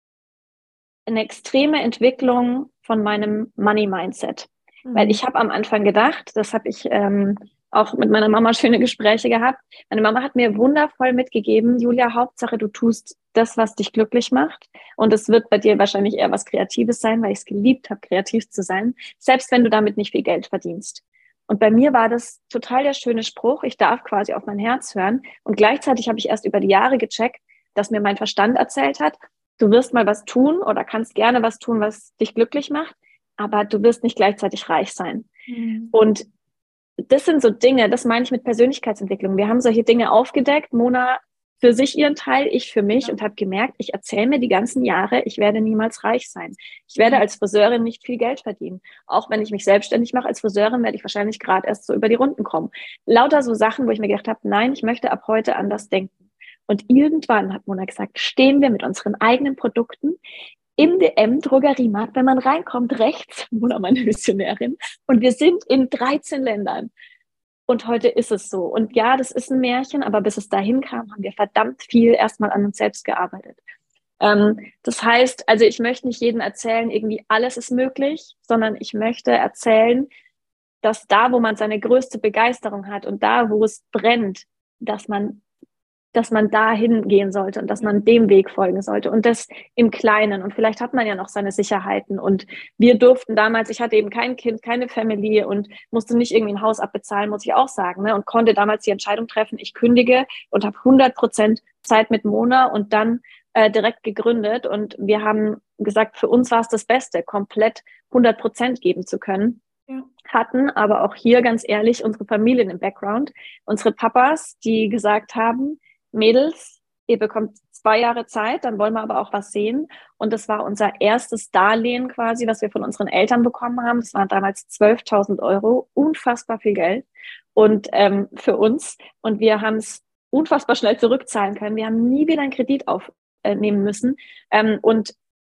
S2: eine extreme Entwicklung von meinem Money-Mindset. Mhm. Weil ich habe am Anfang gedacht, das habe ich ähm, auch mit meiner Mama schöne Gespräche gehabt. Meine Mama hat mir wundervoll mitgegeben, Julia, Hauptsache du tust das, was dich glücklich macht. Und es wird bei dir wahrscheinlich eher was Kreatives sein, weil ich es geliebt habe, kreativ zu sein, selbst wenn du damit nicht viel Geld verdienst. Und bei mir war das total der schöne Spruch, ich darf quasi auf mein Herz hören. Und gleichzeitig habe ich erst über die Jahre gecheckt, dass mir mein Verstand erzählt hat, du wirst mal was tun oder kannst gerne was tun, was dich glücklich macht, aber du wirst nicht gleichzeitig reich sein. Mhm. Und das sind so Dinge, das meine ich mit Persönlichkeitsentwicklung. Wir haben solche Dinge aufgedeckt, Mona für sich ihren Teil, ich für mich, ja. Und habe gemerkt, ich erzähle mir die ganzen Jahre, ich werde niemals reich sein. Ich werde als Friseurin nicht viel Geld verdienen. Auch wenn ich mich selbstständig mache als Friseurin, werde ich wahrscheinlich gerade erst so über die Runden kommen. Lauter so Sachen, wo ich mir gedacht habe, nein, ich möchte ab heute anders denken. Und irgendwann, hat Mona gesagt, stehen wir mit unseren eigenen Produkten im D M-Drogeriemarkt, wenn man reinkommt, rechts, Mona, meine Missionärin, und wir sind in dreizehn Ländern. Und heute ist es so. Und ja, das ist ein Märchen, aber bis es dahin kam, haben wir verdammt viel erstmal an uns selbst gearbeitet. Ähm, das heißt, also ich möchte nicht jedem erzählen, irgendwie alles ist möglich, sondern ich möchte erzählen, dass da, wo man seine größte Begeisterung hat und da, wo es brennt, dass man dass man da hingehen sollte und dass man dem Weg folgen sollte und das im Kleinen. Und vielleicht hat man ja noch seine Sicherheiten. Und wir durften damals, ich hatte eben kein Kind, keine Familie und musste nicht irgendwie ein Haus abbezahlen, muss ich auch sagen, ne? Und konnte damals die Entscheidung treffen, ich kündige und habe hundert Prozent Zeit mit Mona und dann äh, direkt gegründet. Und wir haben gesagt, für uns war es das Beste, komplett hundert Prozent geben zu können. Ja. Hatten aber auch hier ganz ehrlich unsere Familien im Background, unsere Papas, die gesagt haben, Mädels, ihr bekommt zwei Jahre Zeit, dann wollen wir aber auch was sehen. Und das war unser erstes Darlehen quasi, was wir von unseren Eltern bekommen haben. Das waren damals zwölftausend Euro, unfassbar viel Geld und ähm, für uns. Und wir haben es unfassbar schnell zurückzahlen können. Wir haben nie wieder einen Kredit aufnehmen müssen. Ähm, und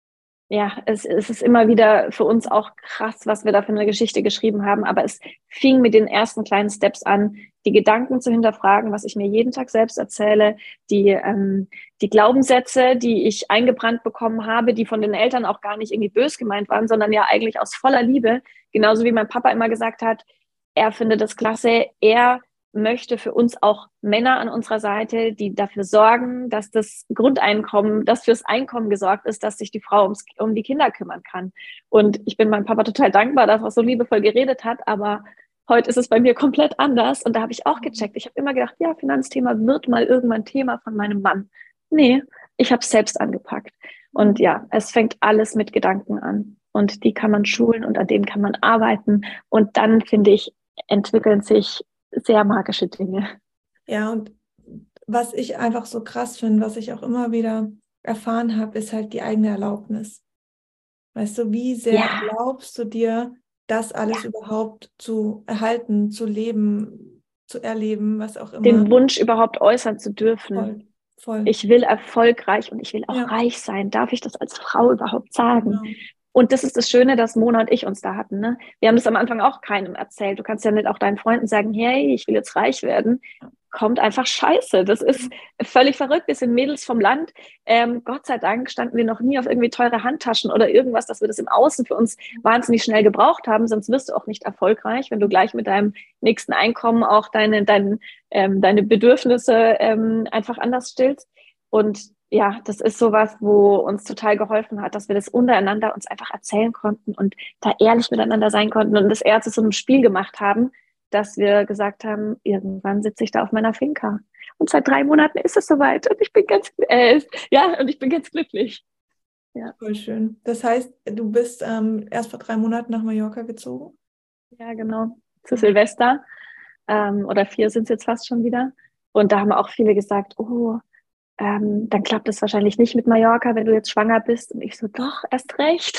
S2: ja, es, es ist immer wieder für uns auch krass, was wir da für eine Geschichte geschrieben haben. Aber es fing mit den ersten kleinen Steps an, die Gedanken zu hinterfragen, was ich mir jeden Tag selbst erzähle, die, ähm, die Glaubenssätze, die ich eingebrannt bekommen habe, die von den Eltern auch gar nicht irgendwie bös gemeint waren, sondern ja eigentlich aus voller Liebe. Genauso wie mein Papa immer gesagt hat, er findet das klasse, er möchte für uns auch Männer an unserer Seite, die dafür sorgen, dass das Grundeinkommen, dass fürs Einkommen gesorgt ist, dass sich die Frau ums, um die Kinder kümmern kann. Und ich bin meinem Papa total dankbar, dass er so liebevoll geredet hat, aber heute ist es bei mir komplett anders und da habe ich auch gecheckt. Ich habe immer gedacht, ja, Finanzthema wird mal irgendwann Thema von meinem Mann. Nee, ich habe es selbst angepackt. Und ja, es fängt alles mit Gedanken an und die kann man schulen und an denen kann man arbeiten und dann, finde ich, entwickeln sich sehr magische Dinge.
S1: Ja, und was ich einfach so krass finde, was ich auch immer wieder erfahren habe, ist halt die eigene Erlaubnis. Weißt du, wie sehr ja. glaubst du dir, das alles ja. überhaupt zu erhalten, zu leben, zu erleben, was auch immer.
S2: Den Wunsch überhaupt äußern zu dürfen.
S1: Voll, voll.
S2: Ich will erfolgreich und ich will auch ja. reich sein. Darf ich das als Frau überhaupt sagen? Genau. Und das ist das Schöne, dass Mona und ich uns da hatten. Ne? Wir haben das am Anfang auch keinem erzählt. Du kannst ja nicht auch deinen Freunden sagen, hey, ich will jetzt reich werden. Kommt einfach scheiße. Das ist völlig verrückt. Wir sind Mädels vom Land. Ähm, Gott sei Dank standen wir noch nie auf irgendwie teure Handtaschen oder irgendwas, dass wir das im Außen für uns wahnsinnig schnell gebraucht haben. Sonst wirst du auch nicht erfolgreich, wenn du gleich mit deinem nächsten Einkommen auch deine, dein, ähm, deine Bedürfnisse ähm, einfach anders stillst. Und ja, das ist sowas, wo uns total geholfen hat, dass wir das untereinander uns einfach erzählen konnten und da ehrlich miteinander sein konnten und das eher zu so einem Spiel gemacht haben, dass wir gesagt haben, irgendwann sitze ich da auf meiner Finca. Und seit drei Monaten ist es soweit und ich bin ganz, äh, ja, und ich bin ganz glücklich.
S1: Ja. Voll schön. Das heißt, du bist ähm, erst vor drei Monaten nach Mallorca gezogen?
S2: Ja, genau. Zu Silvester. Ähm, oder vier sind es jetzt fast schon wieder. Und da haben auch viele gesagt, oh, Ähm, dann klappt es wahrscheinlich nicht mit Mallorca, wenn du jetzt schwanger bist. Und ich so, doch, erst recht.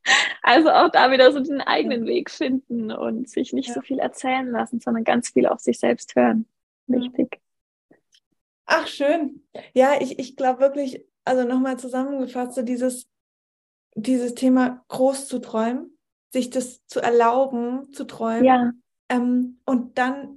S2: Also auch da wieder so den eigenen Weg finden und sich nicht
S1: Ja.
S2: so viel erzählen lassen, sondern ganz viel auf sich selbst hören. Wichtig.
S1: Ach, schön. Ja, ich, ich glaube wirklich, also nochmal zusammengefasst, so dieses, dieses Thema groß zu träumen, sich das zu erlauben, zu träumen,
S2: Ja,
S1: ähm, und dann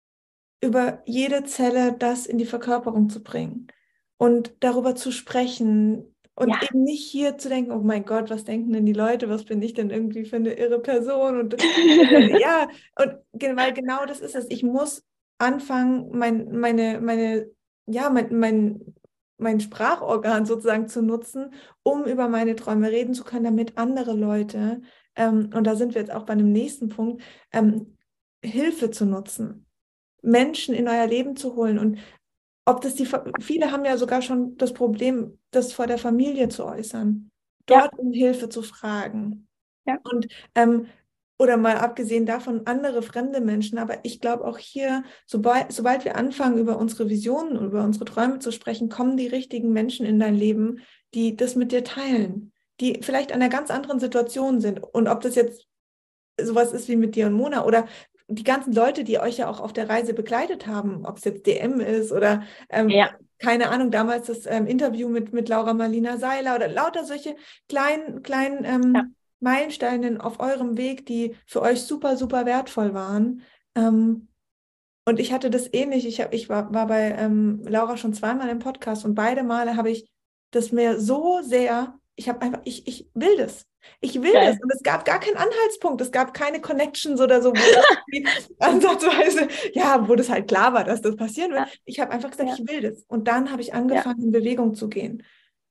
S1: über jede Zelle das in die Verkörperung zu bringen und darüber zu sprechen und
S2: ja,
S1: eben nicht hier zu denken, oh mein Gott, was denken denn die Leute, was bin ich denn irgendwie für eine irre Person und ja, und ge- weil genau das ist es. Ich muss anfangen, mein, meine, meine, ja, mein, mein, mein Sprachorgan sozusagen zu nutzen, um über meine Träume reden zu können, damit andere Leute, ähm, und da sind wir jetzt auch bei einem nächsten Punkt, ähm, Hilfe zu nutzen. Menschen in euer Leben zu holen. Und ob das die, Fa- viele haben ja sogar schon das Problem, das vor der Familie zu äußern,
S2: ja,
S1: dort um Hilfe zu fragen.
S2: ja,
S1: Und ähm, oder mal abgesehen davon andere fremde Menschen, aber ich glaube auch hier, sobald, sobald wir anfangen, über unsere Visionen und über unsere Träume zu sprechen, kommen die richtigen Menschen in dein Leben, die das mit dir teilen, die vielleicht an einer ganz anderen Situation sind. Und ob das jetzt sowas ist wie mit dir und Mona oder die ganzen Leute, die euch ja auch auf der Reise begleitet haben, ob es jetzt D M ist oder ähm,
S2: ja,
S1: keine Ahnung, damals das ähm, Interview mit, mit Laura Marlina Seiler oder lauter solche kleinen, kleinen
S2: ja.
S1: ähm, Meilensteine auf eurem Weg, die für euch super, super wertvoll waren. Ähm, und ich hatte das ähnlich. Ich, hab, ich war, war bei ähm, Laura schon zweimal im Podcast und beide Male habe ich das mir so sehr, ich habe einfach, ich, ich will das. Ich will das.
S2: Geil.
S1: Und es gab gar keinen Anhaltspunkt. Es gab keine Connections oder so, wo irgendwie ansatzweise, ja, wo das halt klar war, dass das passieren wird.
S2: Ja,
S1: Ich habe einfach gesagt,
S2: ja,
S1: ich will das. Und dann habe ich
S2: ja.
S1: angefangen, in Bewegung zu gehen.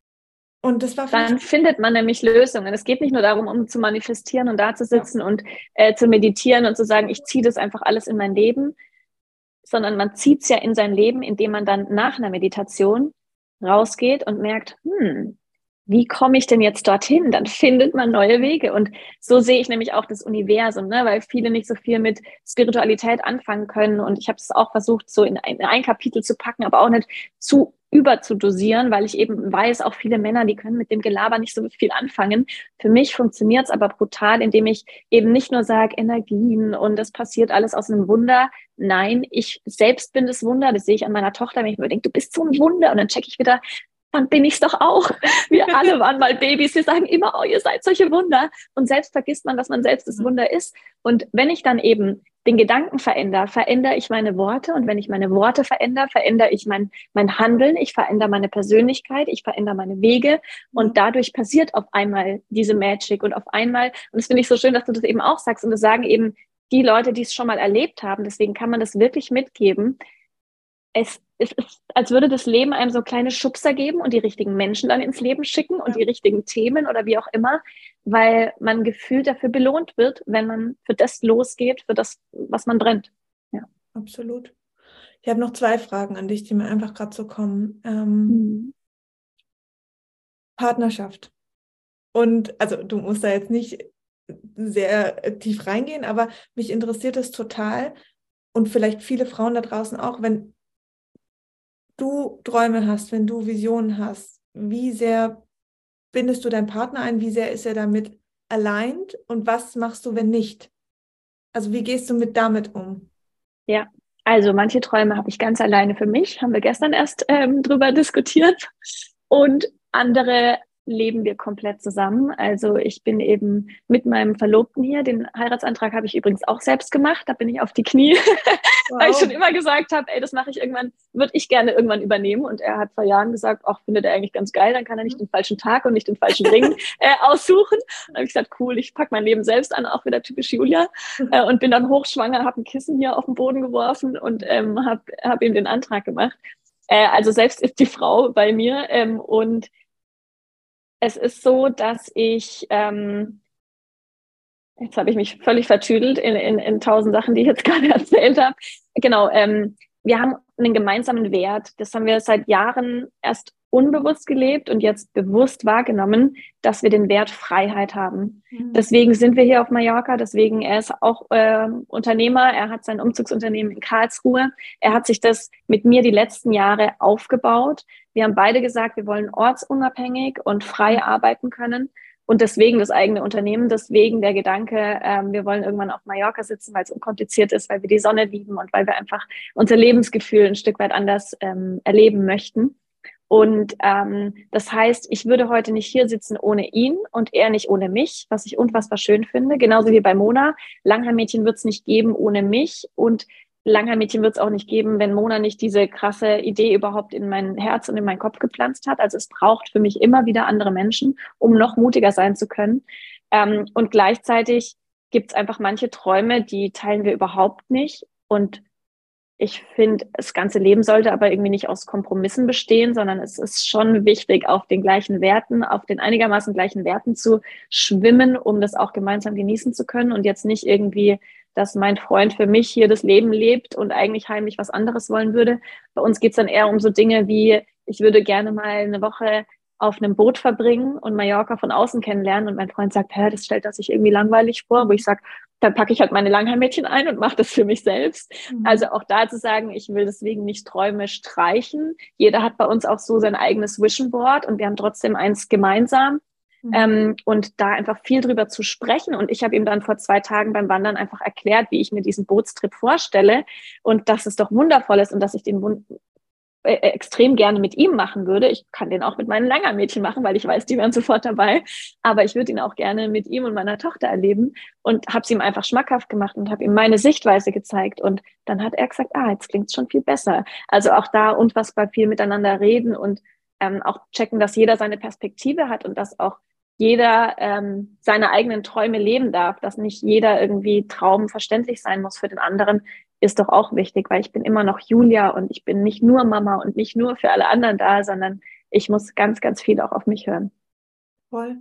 S1: Und das war für mich,
S2: Dann findet man nämlich Lösungen. Es geht nicht nur darum, um zu manifestieren und da zu
S1: ja,
S2: sitzen und äh, zu meditieren und zu sagen, ich ziehe das einfach alles in mein Leben, sondern man zieht es ja in sein Leben, indem man dann nach einer Meditation rausgeht und merkt, hm, wie komme ich denn jetzt dorthin? Dann findet man neue Wege. Und so sehe ich nämlich auch das Universum, ne? Weil viele nicht so viel mit Spiritualität anfangen können. Und ich habe es auch versucht, so in ein, in ein Kapitel zu packen, aber auch nicht zu überzudosieren, weil ich eben weiß, auch viele Männer, die können mit dem Gelaber nicht so viel anfangen. Für mich funktioniert es aber brutal, indem ich eben nicht nur sage, Energien und das passiert alles aus einem Wunder. Nein, ich selbst bin das Wunder. Das sehe ich an meiner Tochter, wenn ich mir denke, du bist so ein Wunder. Und dann checke ich wieder, dann bin ich es doch auch. Wir alle waren mal Babys. Wir sagen immer, oh, ihr seid solche Wunder. Und selbst vergisst man, dass man selbst das Wunder ist. Und wenn ich dann eben den Gedanken verändere, verändere ich meine Worte. Und wenn ich meine Worte verändere, verändere ich mein, mein Handeln. Ich verändere meine Persönlichkeit. Ich verändere meine Wege. Und dadurch passiert auf einmal diese Magic. Und auf einmal, und das finde ich so schön, dass du das eben auch sagst. Und das sagen eben die Leute, die es schon mal erlebt haben. Deswegen kann man das wirklich mitgeben. Es, es ist, als würde das Leben einem so kleine Schubser geben und die richtigen Menschen dann ins Leben schicken und
S1: ja,
S2: die richtigen Themen oder wie auch immer, weil man gefühlt dafür belohnt wird, wenn man für das losgeht, für das, was man brennt. Ja.
S1: absolut. Ich habe noch zwei Fragen an dich, die mir einfach gerade so kommen. Ähm,
S2: Mhm.
S1: Partnerschaft. Und also du musst da jetzt nicht sehr tief reingehen, aber mich interessiert es total und vielleicht viele Frauen da draußen auch, wenn du Träume hast, wenn du Visionen hast, wie sehr bindest du deinen Partner ein, wie sehr ist er damit aligned und was machst du, wenn nicht? Also wie gehst du mit damit um?
S2: Ja, also manche Träume habe ich ganz alleine für mich, haben wir gestern erst ähm, drüber diskutiert. Und andere leben wir komplett zusammen. Also ich bin eben mit meinem Verlobten hier. Den Heiratsantrag habe ich übrigens auch selbst gemacht. Da bin ich auf die Knie, weil ich schon
S1: Wow.
S2: immer gesagt habe, ey, das mache ich irgendwann, würde ich gerne irgendwann übernehmen. Und er hat vor Jahren gesagt, ach, findet er eigentlich ganz geil, dann kann er nicht den falschen Tag und nicht den falschen Ring äh, aussuchen. Dann habe ich gesagt, cool, ich packe mein Leben selbst an, auch wieder typisch Julia. Äh, und bin dann hochschwanger, habe ein Kissen hier auf den Boden geworfen und ähm, habe hab ihm den Antrag gemacht. Äh, also selbst ist die Frau bei mir. Ähm, und es ist so, dass ich, ähm, jetzt habe ich mich völlig vertüdelt in, in, in tausend Sachen, die ich jetzt gerade erzählt habe. Genau, ähm, wir haben einen gemeinsamen Wert. Das haben wir seit Jahren erst unbewusst gelebt und jetzt bewusst wahrgenommen, dass wir den Wert Freiheit haben.
S1: Mhm.
S2: Deswegen sind wir hier auf Mallorca, deswegen er ist auch äh, Unternehmer, er hat sein Umzugsunternehmen in Karlsruhe, er hat sich das mit mir die letzten Jahre aufgebaut. Wir haben beide gesagt, wir wollen ortsunabhängig und frei arbeiten können. Und deswegen das eigene Unternehmen, deswegen der Gedanke, ähm, wir wollen irgendwann auf Mallorca sitzen, weil es unkompliziert ist, weil wir die Sonne lieben und weil wir einfach unser Lebensgefühl ein Stück weit anders ähm, erleben möchten. Und ähm, das heißt, ich würde heute nicht hier sitzen ohne ihn und er nicht ohne mich, was ich unfassbar schön finde. Genauso wie bei Mona. Langhaar-Mädchen wird es nicht geben ohne mich und Langhaar-Mädchen wird es auch nicht geben, wenn Mona nicht diese krasse Idee überhaupt in mein Herz und in meinen Kopf gepflanzt hat. Also es braucht für mich immer wieder andere Menschen, um noch mutiger sein zu können. Ähm, und gleichzeitig gibt es einfach manche Träume, die teilen wir überhaupt nicht. Und ich finde, das ganze Leben sollte aber irgendwie nicht aus Kompromissen bestehen, sondern es ist schon wichtig, auf den gleichen Werten, auf den einigermaßen gleichen Werten zu schwimmen, um das auch gemeinsam genießen zu können und jetzt nicht irgendwie, dass mein Freund für mich hier das Leben lebt und eigentlich heimlich was anderes wollen würde. Bei uns geht es dann eher um so Dinge wie, ich würde gerne mal eine Woche auf einem Boot verbringen und Mallorca von außen kennenlernen. Und mein Freund sagt, hä, das stellt er sich irgendwie langweilig vor, wo ich sage, dann packe ich halt meine Langhaar-Mädchen ein und mache das für mich selbst. Mhm. Also auch da zu sagen, ich will deswegen nicht Träume streichen. Jeder hat bei uns auch so sein eigenes Vision Board und wir haben trotzdem eins gemeinsam. Mhm. Ähm, und da einfach viel drüber zu sprechen. Und ich habe ihm dann vor zwei Tagen beim Wandern einfach erklärt, wie ich mir diesen Bootstrip vorstelle und dass es doch wundervoll ist und dass ich den Wund- äh, extrem gerne mit ihm machen würde. Ich kann den auch mit meinen Langhaar-Mädchen machen, weil ich weiß, die wären sofort dabei. Aber ich würde ihn auch gerne mit ihm und meiner Tochter erleben und habe es ihm einfach schmackhaft gemacht und habe ihm meine Sichtweise gezeigt. Und dann hat er gesagt, ah, jetzt klingt es schon viel besser. Also auch da unfassbar viel miteinander reden und ähm, auch checken, dass jeder seine Perspektive hat und dass auch jeder ähm, seine eigenen Träume leben darf, dass nicht jeder irgendwie Traum verständlich sein muss für den anderen, ist doch auch wichtig, weil ich bin immer noch Julia und ich bin nicht nur Mama und nicht nur für alle anderen da, sondern ich muss ganz, ganz viel auch auf mich hören.
S1: Voll.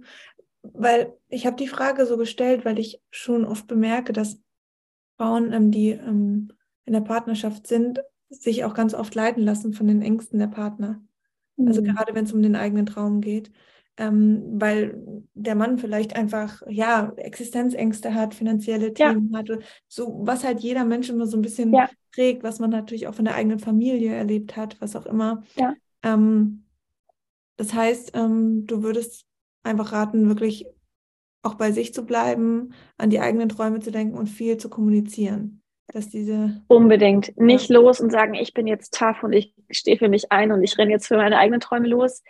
S1: Weil ich habe die Frage so gestellt, weil ich schon oft bemerke, dass Frauen, ähm, die ähm, in der Partnerschaft sind, sich auch ganz oft leiten lassen von den Ängsten der Partner. Mhm. Also gerade wenn es um den eigenen Traum geht. Ähm, weil der Mann vielleicht einfach, ja, Existenzängste hat, finanzielle Themen ja. hat, so was halt jeder Mensch immer so ein bisschen ja. trägt, was man natürlich auch von der eigenen Familie erlebt hat, was auch immer. Ja. Ähm, das heißt, ähm, du würdest einfach raten, wirklich auch bei sich zu bleiben, an die eigenen Träume zu denken und viel zu kommunizieren. Dass diese
S2: Unbedingt. Nicht ja. los und sagen, ich bin jetzt tough und ich stehe für mich ein und ich renne jetzt für meine eigenen Träume los.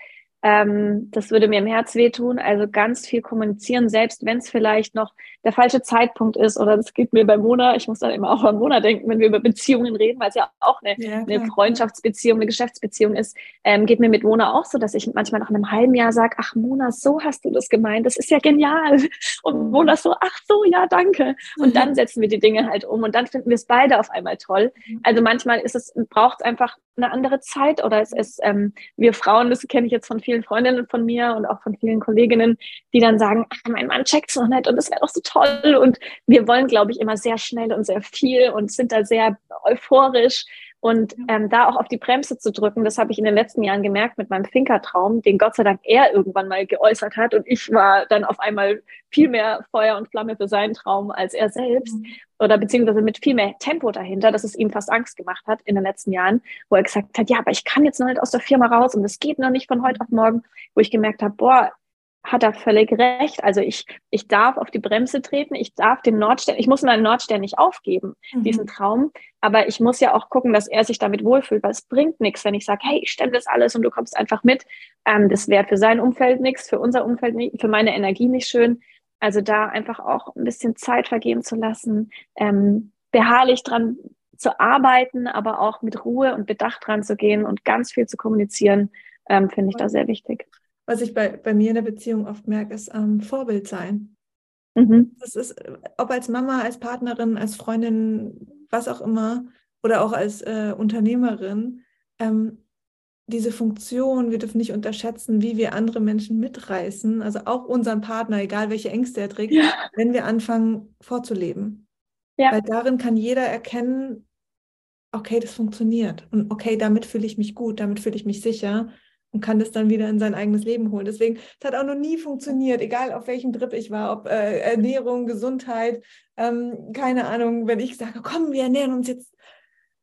S2: Ähm, das würde mir im Herz wehtun. Also ganz viel kommunizieren, selbst wenn es vielleicht noch der falsche Zeitpunkt ist. Oder das geht mir bei Mona. Ich muss dann immer auch an Mona denken, wenn wir über Beziehungen reden, weil es ja auch eine, ja, eine Freundschaftsbeziehung, eine Geschäftsbeziehung ist. Ähm, geht mir mit Mona auch so, dass ich manchmal nach einem halben Jahr sage, ach Mona, so hast du das gemeint. Das ist ja genial. Und Mona so, ach so, ja, danke. Und dann setzen wir die Dinge halt um und dann finden wir es beide auf einmal toll. Also manchmal ist es, braucht es einfach eine andere Zeit oder es ist, ähm, wir Frauen, das kenne ich jetzt von vielen Freundinnen von mir und auch von vielen Kolleginnen, die dann sagen, ach, mein Mann checkt es noch nicht und das wäre doch so toll. Und wir wollen, glaube ich, immer sehr schnell und sehr viel und sind da sehr euphorisch. Und ähm, da auch auf die Bremse zu drücken, das habe ich in den letzten Jahren gemerkt mit meinem Finkertraum, den Gott sei Dank er irgendwann mal geäußert hat. Und ich war dann auf einmal viel mehr Feuer und Flamme für seinen Traum als er selbst. Mhm. Oder beziehungsweise mit viel mehr Tempo dahinter, dass es ihm fast Angst gemacht hat in den letzten Jahren, wo er gesagt hat, ja, aber ich kann jetzt noch nicht aus der Firma raus und es geht noch nicht von heute auf morgen, wo ich gemerkt habe, boah, hat er völlig recht. Also ich, ich darf auf die Bremse treten, ich darf den Nordstern, ich muss meinen Nordstern nicht aufgeben, mhm. diesen Traum, aber ich muss ja auch gucken, dass er sich damit wohlfühlt, weil es bringt nichts, wenn ich sage, hey, ich stemme das alles und du kommst einfach mit. Ähm, das wäre für sein Umfeld nichts, für unser Umfeld nicht, für meine Energie nicht schön. Also da einfach auch ein bisschen Zeit vergehen zu lassen, ähm, beharrlich dran zu arbeiten, aber auch mit Ruhe und Bedacht dran zu gehen und ganz viel zu kommunizieren, ähm, finde ich da sehr wichtig.
S1: Was ich bei, bei mir in der Beziehung oft merke, ist ähm, Vorbild sein.
S2: Mhm.
S1: Das ist, ob als Mama, als Partnerin, als Freundin, was auch immer, oder auch als äh, Unternehmerin, ähm, diese Funktion, wir dürfen nicht unterschätzen, wie wir andere Menschen mitreißen, also auch unseren Partner, egal welche Ängste er trägt, ja. wenn wir anfangen vorzuleben. Ja. Weil darin kann jeder erkennen, okay, das funktioniert und okay, damit fühle ich mich gut, damit fühle ich mich sicher und kann das dann wieder in sein eigenes Leben holen. Deswegen, es hat auch noch nie funktioniert, egal auf welchem Trip ich war, ob äh, Ernährung, Gesundheit, ähm, keine Ahnung, wenn ich sage, komm, wir ernähren uns jetzt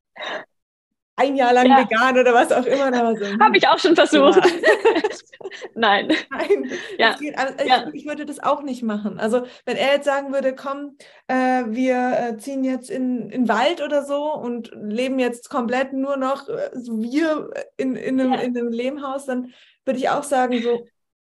S1: ein Jahr lang ja. vegan oder was auch immer. So,
S2: habe ich auch schon versucht. Nein.
S1: Nein,
S2: Ja.
S1: das geht, also ich,
S2: Ja.
S1: ich würde das auch nicht machen. Also wenn er jetzt sagen würde, komm, äh, wir äh, ziehen jetzt in, in den Wald oder so und leben jetzt komplett nur noch äh, so wir in, in, einem,
S2: Ja.
S1: in einem Lehmhaus, dann würde ich auch sagen so,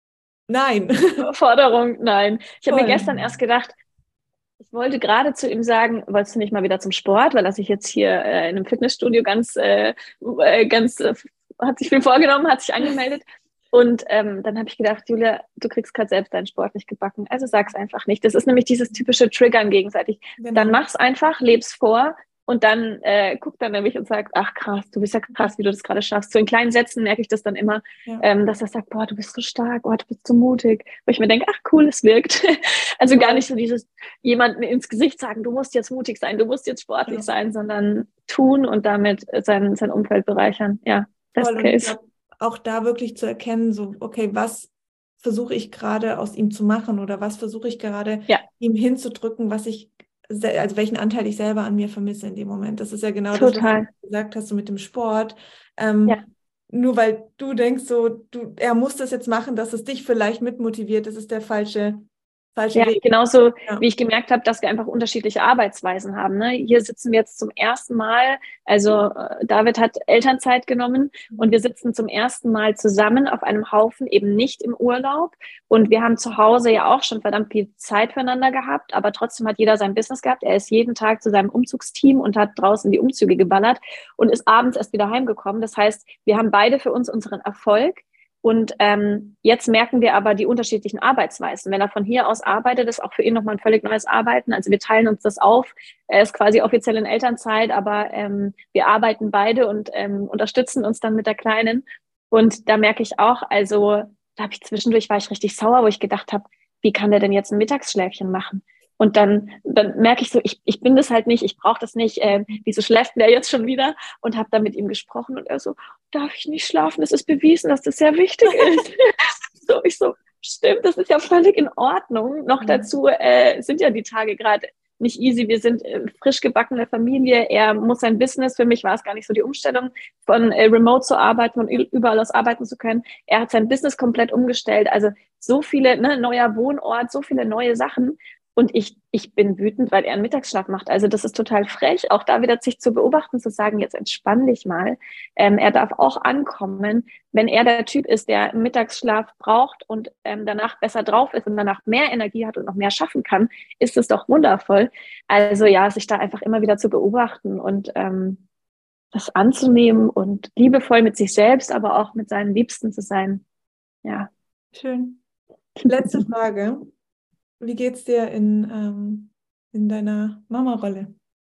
S1: nein.
S2: Überforderung, nein. Ich habe mir
S1: Voll.
S2: gestern erst gedacht, ich wollte gerade zu ihm sagen, wolltest du nicht mal wieder zum Sport, weil er sich jetzt hier äh, in einem Fitnessstudio ganz, äh, äh, ganz, äh, hat sich viel vorgenommen, hat sich angemeldet. Und ähm, dann habe ich gedacht, Julia, du kriegst gerade selbst deinen Sport nicht gebacken, also sag's einfach nicht. Das ist nämlich dieses typische Triggern gegenseitig.
S1: Genau.
S2: Dann mach's einfach, leb's vor und dann äh, guckt er nämlich und sagt, ach krass, du bist ja krass, wie du das gerade schaffst. So in kleinen Sätzen merke ich das dann immer,
S1: Ja.
S2: ähm, dass er sagt, boah, du bist so stark, boah, du bist so mutig. Wo ich mir denke, ach cool, es wirkt. Also gar nicht so dieses jemanden ins Gesicht sagen, du musst jetzt mutig sein, du musst jetzt sportlich
S1: Ja.
S2: sein, sondern tun und damit sein, sein Umfeld bereichern. Ja, best
S1: Voll. Und
S2: case.
S1: ich glaub, auch da wirklich zu erkennen, so, okay, was versuche ich gerade aus ihm zu machen oder was versuche ich gerade
S2: Ja.
S1: ihm hinzudrücken, was ich, also welchen Anteil ich selber an mir vermisse in dem Moment. Das ist ja genau
S2: Total.
S1: das, was du gesagt hast, so mit dem Sport. Ähm,
S2: Ja.
S1: Nur weil du denkst, so, du, er muss das jetzt machen, dass es dich vielleicht mitmotiviert, das ist der falsche, falsche
S2: Ja,
S1: Weg.
S2: genauso
S1: Ja.
S2: wie ich gemerkt habe, dass wir einfach unterschiedliche Arbeitsweisen haben. Ne? Hier sitzen wir jetzt zum ersten Mal, also äh, David hat Elternzeit genommen und wir sitzen zum ersten Mal zusammen auf einem Haufen, eben nicht im Urlaub. Und wir haben zu Hause ja auch schon verdammt viel Zeit füreinander gehabt, aber trotzdem hat jeder sein Business gehabt. Er ist jeden Tag zu seinem Umzugsteam und hat draußen die Umzüge geballert und ist abends erst wieder heimgekommen. Das heißt, wir haben beide für uns unseren Erfolg. Und ähm, jetzt merken wir aber die unterschiedlichen Arbeitsweisen. Wenn er von hier aus arbeitet, ist auch für ihn nochmal ein völlig neues Arbeiten. Also wir teilen uns das auf. Er ist quasi offiziell in Elternzeit, aber ähm, wir arbeiten beide und ähm, unterstützen uns dann mit der Kleinen. Und da merke ich auch, also da habe ich zwischendurch, war ich richtig sauer, wo ich gedacht habe, wie kann der denn jetzt ein Mittagsschläfchen machen? Und dann, dann merke ich so, ich, ich bin das halt nicht, ich brauche das nicht. Äh, wieso schläft der jetzt schon wieder? Und habe da mit ihm gesprochen und er so, darf ich nicht schlafen? Es ist bewiesen, dass das sehr wichtig ist. So, ich so, stimmt, das ist ja völlig in Ordnung. Noch dazu äh, sind ja die Tage gerade nicht easy. Wir sind äh, frisch gebackene Familie. Er muss sein Business, für mich war es gar nicht so die Umstellung, von äh, remote zu arbeiten und überall aus arbeiten zu können. Er hat sein Business komplett umgestellt. Also so viele, ne, neuer Wohnort, so viele neue Sachen. Und ich, ich bin wütend, weil er einen Mittagsschlaf macht. Also das ist total frech, auch da wieder sich zu beobachten, zu sagen, jetzt entspann dich mal. Ähm, er darf auch ankommen, wenn er der Typ ist, der einen Mittagsschlaf braucht und ähm, danach besser drauf ist und danach mehr Energie hat und noch mehr schaffen kann, ist es doch wundervoll. Also ja, sich da einfach immer wieder zu beobachten und ähm, das anzunehmen und liebevoll mit sich selbst, aber auch mit seinen Liebsten zu sein. Ja.
S1: Schön. Letzte Frage. Wie geht's dir in, ähm, in deiner Mama-Rolle?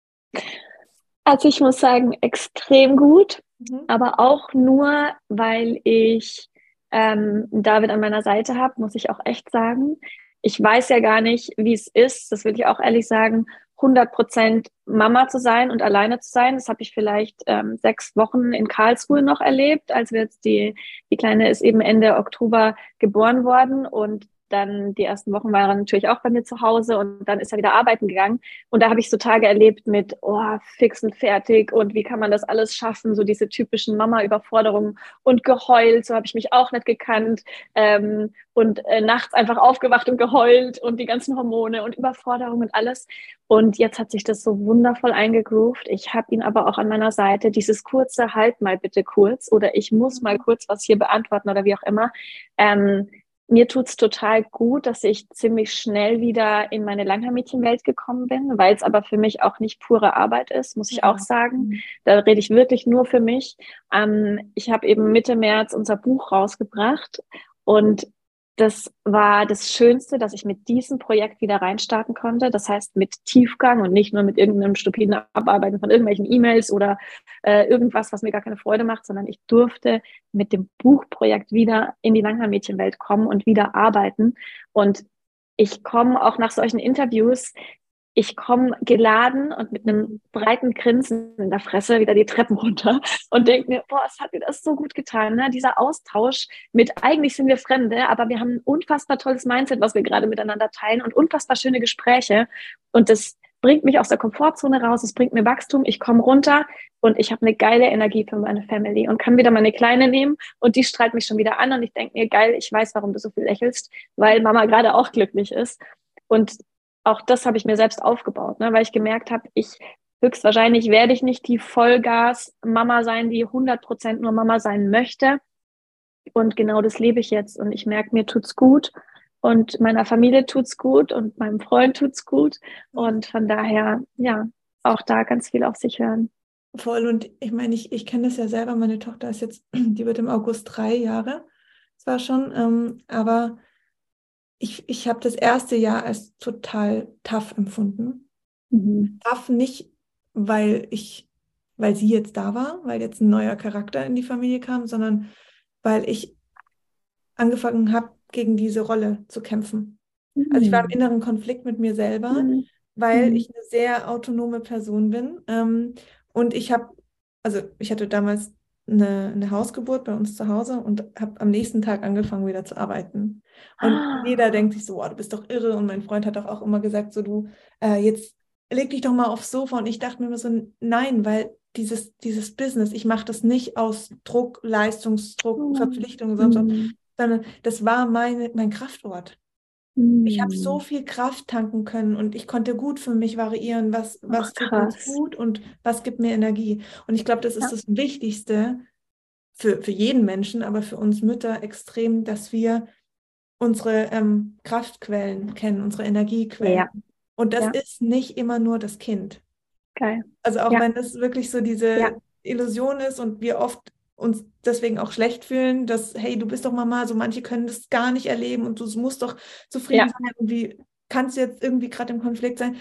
S2: Also ich muss sagen, extrem gut,
S1: Mhm.
S2: aber auch nur, weil ich ähm, David an meiner Seite habe, muss ich auch echt sagen. Ich weiß ja gar nicht, wie es ist, das will ich auch ehrlich sagen, hundert Prozent Mama zu sein und alleine zu sein. Das habe ich vielleicht ähm, sechs Wochen in Karlsruhe noch erlebt, als wir jetzt die, die Kleine ist eben Ende Oktober geboren worden und dann die ersten Wochen war er natürlich auch bei mir zu Hause und dann ist er wieder arbeiten gegangen. Und da habe ich so Tage erlebt mit, oh, fix und fertig und wie kann man das alles schaffen, so diese typischen Mama-Überforderungen und geheult, so habe ich mich auch nicht gekannt ähm, und äh, nachts einfach aufgewacht und geheult und die ganzen Hormone und Überforderung und alles. Und jetzt hat sich das so wundervoll eingegroovt. Ich habe ihn aber auch an meiner Seite, dieses kurze, halt mal bitte kurz oder ich muss mal kurz was hier beantworten oder wie auch immer. Ähm, Mir tut's total gut, dass ich ziemlich schnell wieder in meine Langhaar-Mädchen-Welt gekommen bin, weil es aber für mich auch nicht pure Arbeit ist, muss ich
S1: Ja.
S2: auch sagen. Da rede ich wirklich nur für mich. Ähm, ich habe eben Mitte März unser Buch rausgebracht und das war das Schönste, dass ich mit diesem Projekt wieder reinstarten konnte. Das heißt mit Tiefgang und nicht nur mit irgendeinem stupiden Abarbeiten von irgendwelchen E-Mails oder äh, irgendwas, was mir gar keine Freude macht, sondern ich durfte mit dem Buchprojekt wieder in die Langhaar-Mädchen-Welt kommen und wieder arbeiten. Und ich komme auch nach solchen Interviews, ich komme geladen und mit einem breiten Grinsen in der Fresse wieder die Treppen runter und denke mir, boah, es hat mir das so gut getan, ne? Dieser Austausch mit, eigentlich sind wir Fremde, aber wir haben ein unfassbar tolles Mindset, was wir gerade miteinander teilen und unfassbar schöne Gespräche und das bringt mich aus der Komfortzone raus, es bringt mir Wachstum, ich komme runter und ich habe eine geile Energie für meine Family und kann wieder meine Kleine nehmen und die strahlt mich schon wieder an und ich denke mir, geil, ich weiß, warum du so viel lächelst, weil Mama gerade auch glücklich ist. Und auch das habe ich mir selbst aufgebaut, ne, weil ich gemerkt habe, ich höchstwahrscheinlich werde ich nicht die Vollgas-Mama sein, die hundert Prozent nur Mama sein möchte. Und genau das lebe ich jetzt. Und ich merke, mir tut's gut. Und meiner Familie tut's gut. Und meinem Freund tut's gut. Und von daher, ja, auch da ganz viel auf sich hören.
S1: Voll. Und ich meine, ich, ich kenne das ja selber. Meine Tochter ist jetzt, die wird im August drei Jahre. Zwar schon, ähm, aber ich, ich habe das erste Jahr als total tough empfunden.
S2: Mhm.
S1: Tough nicht, weil ich, weil sie jetzt da war, weil jetzt ein neuer Charakter in die Familie kam, sondern weil ich angefangen habe, gegen diese Rolle zu kämpfen. Also ich war im
S2: Mhm.
S1: inneren Konflikt mit mir selber,
S2: Mhm.
S1: weil
S2: Mhm.
S1: ich eine sehr autonome Person bin. Ähm, und ich habe, also ich hatte damals eine, eine Hausgeburt bei uns zu Hause und habe am nächsten Tag angefangen, wieder zu arbeiten. Und
S2: Ah.
S1: jeder denkt sich so, oh, du bist doch irre. Und mein Freund hat doch auch immer gesagt, so du, äh, jetzt leg dich doch mal aufs Sofa. Und ich dachte mir immer so, nein, weil dieses, dieses Business, ich mache das nicht aus Druck, Leistungsdruck, Verpflichtung, sonst was,
S2: Mhm.
S1: sondern das war meine, mein Kraftort. Ich habe so
S2: Mhm.
S1: viel Kraft tanken können und ich konnte gut für mich variieren, was,
S2: Ach,
S1: was tut uns
S2: krass.
S1: gut und was gibt mir Energie. Und ich glaube, das ist
S2: Ja.
S1: das Wichtigste für, für jeden Menschen, aber für uns Mütter extrem, dass wir unsere ähm, Kraftquellen kennen, unsere Energiequellen.
S2: Ja.
S1: Und das
S2: Ja.
S1: ist nicht immer nur das Kind.
S2: Geil.
S1: Also auch
S2: Ja.
S1: wenn das wirklich so
S2: Ja.
S1: diese Illusion ist und wir oft uns deswegen auch schlecht fühlen, dass, hey, du bist doch Mama, so manche können das gar nicht erleben und du musst doch zufrieden
S2: Ja.
S1: sein und wie kannst du jetzt irgendwie gerade im Konflikt sein?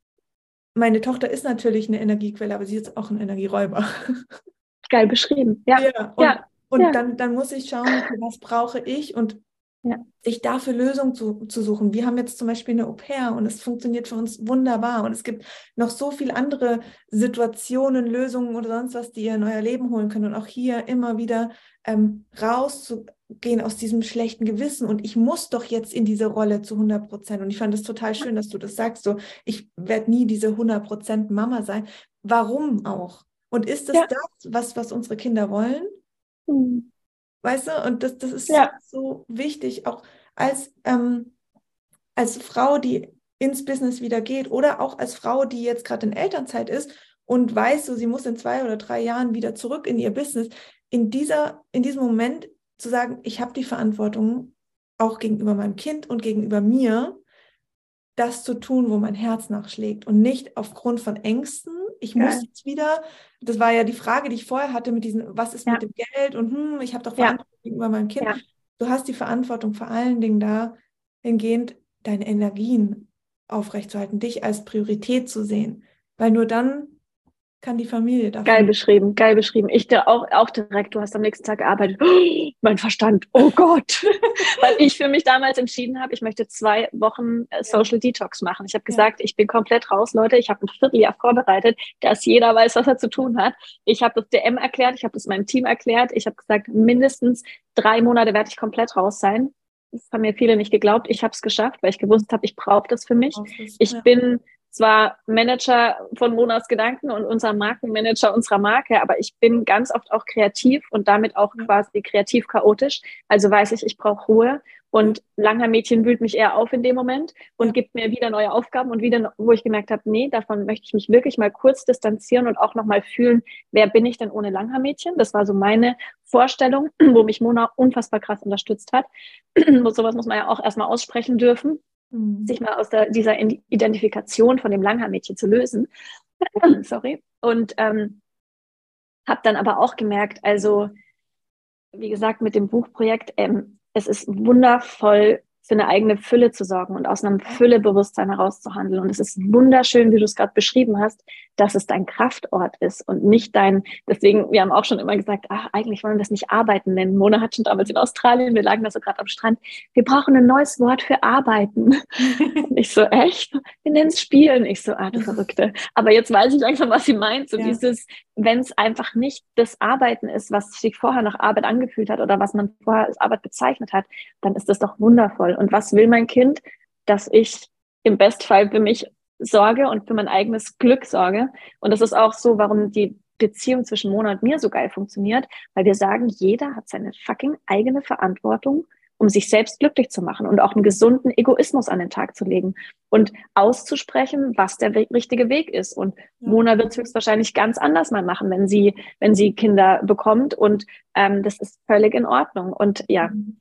S1: Meine Tochter ist natürlich eine Energiequelle, aber sie ist auch ein Energieräuber.
S2: Geil beschrieben. Ja.
S1: Ja, und,
S2: Ja.
S1: und
S2: Ja.
S1: dann, dann muss ich schauen, okay, was brauche ich und
S2: Ja.
S1: sich dafür Lösungen zu, zu suchen. Wir haben jetzt zum Beispiel eine Au-pair und es funktioniert für uns wunderbar. Und es gibt noch so viele andere Situationen, Lösungen oder sonst was, die ihr in euer Leben holen könnt. Und auch hier immer wieder ähm, rauszugehen aus diesem schlechten Gewissen. Und ich muss doch jetzt in diese Rolle zu hundert Prozent. Und ich fand es total schön, dass du das sagst. So, ich werde nie diese hundert Prozent Mama sein. Warum auch? Und ist es
S2: Ja.
S1: das, was, was unsere Kinder wollen?
S2: Mhm.
S1: Weißt du, und das, das ist so,
S2: Ja.
S1: so wichtig, auch als, ähm, als Frau, die ins Business wieder geht oder auch als Frau, die jetzt gerade in Elternzeit ist und weiß, so, sie muss in zwei oder drei Jahren wieder zurück in ihr Business, in dieser, in diesem Moment zu sagen, ich habe die Verantwortung auch gegenüber meinem Kind und gegenüber mir, das zu tun, wo mein Herz nachschlägt und nicht aufgrund von Ängsten. Ich muss
S2: Geil.
S1: jetzt wieder, das war ja die Frage, die ich vorher hatte mit diesen, was ist
S2: Ja.
S1: mit dem Geld und hm, ich habe doch
S2: Ja.
S1: Verantwortung gegenüber meinem Kind.
S2: Ja.
S1: Du hast die Verantwortung vor allen Dingen dahingehend, deine Energien aufrechtzuerhalten, dich als Priorität zu sehen, weil nur dann kann die Familie
S2: Geil
S1: davon.
S2: beschrieben, geil beschrieben. Ich dir auch, auch direkt, du hast am nächsten Tag gearbeitet. Oh, mein Verstand, oh Gott. Weil ich für mich damals entschieden habe, ich möchte zwei Wochen äh,
S1: Ja,
S2: Social Detox machen. Ich habe
S1: ja,
S2: gesagt, ich bin komplett raus, Leute. Ich habe ein Vierteljahr vorbereitet, dass jeder weiß, was er zu tun hat. Ich habe das D M erklärt, ich habe das meinem Team erklärt. Ich habe gesagt, mindestens drei Monate werde ich komplett raus sein. Das haben mir viele nicht geglaubt. Ich habe es geschafft, weil ich gewusst habe, ich brauche das für mich. Ich
S1: ja,
S2: bin zwar Manager von Monas Gedanken und unser Markenmanager unserer Marke, aber ich bin ganz oft auch kreativ und damit auch
S1: ja,
S2: quasi kreativ chaotisch. Also weiß ich, ich brauche Ruhe und Langer Mädchen wühlt mich eher auf in dem Moment und
S1: ja,
S2: gibt mir wieder neue Aufgaben und wieder, wo ich gemerkt habe, nee, davon möchte ich mich wirklich mal kurz distanzieren und auch nochmal fühlen, wer bin ich denn ohne Langer Mädchen? Das war so meine Vorstellung, wo mich Mona unfassbar krass unterstützt hat. Sowas muss man ja auch erstmal aussprechen dürfen,
S1: mhm.
S2: sich mal aus der, dieser Identifikation von dem Langhaarmädchen zu lösen. Sorry. Und ähm, habe dann aber auch gemerkt, also wie gesagt, mit dem Buchprojekt, ähm, es ist wundervoll, für eine eigene Fülle zu sorgen und aus einem Füllebewusstsein heraus zu handeln. Und es ist wunderschön, wie du es gerade beschrieben hast, dass es dein Kraftort ist und nicht dein, deswegen, wir haben auch schon immer gesagt, ach, eigentlich wollen wir es nicht Arbeiten nennen. Mona hat schon damals in Australien, wir lagen da so gerade am Strand, wir brauchen ein neues Wort für Arbeiten. Und ich so, echt? Wir nennen es Spielen. Ich so, ah, du Verrückte. Aber jetzt weiß ich langsam, was sie meint. So
S1: Ja.
S2: dieses, wenn es einfach nicht das Arbeiten ist, was sich vorher nach Arbeit angefühlt hat oder was man vorher als Arbeit bezeichnet hat, dann ist das doch wundervoll. Und was will mein Kind? Dass ich im Bestfall für mich sorge und für mein eigenes Glück sorge. Und das ist auch so, warum die Beziehung zwischen Mona und mir so geil funktioniert, weil wir sagen, jeder hat seine fucking eigene Verantwortung, um sich selbst glücklich zu machen und auch einen gesunden Egoismus an den Tag zu legen und auszusprechen, was der richtige Weg ist. Und
S1: Ja.
S2: Mona wird es höchstwahrscheinlich ganz anders mal machen, wenn sie, wenn sie Kinder bekommt. Und ähm, das ist völlig in Ordnung. Und ja,
S1: Mhm.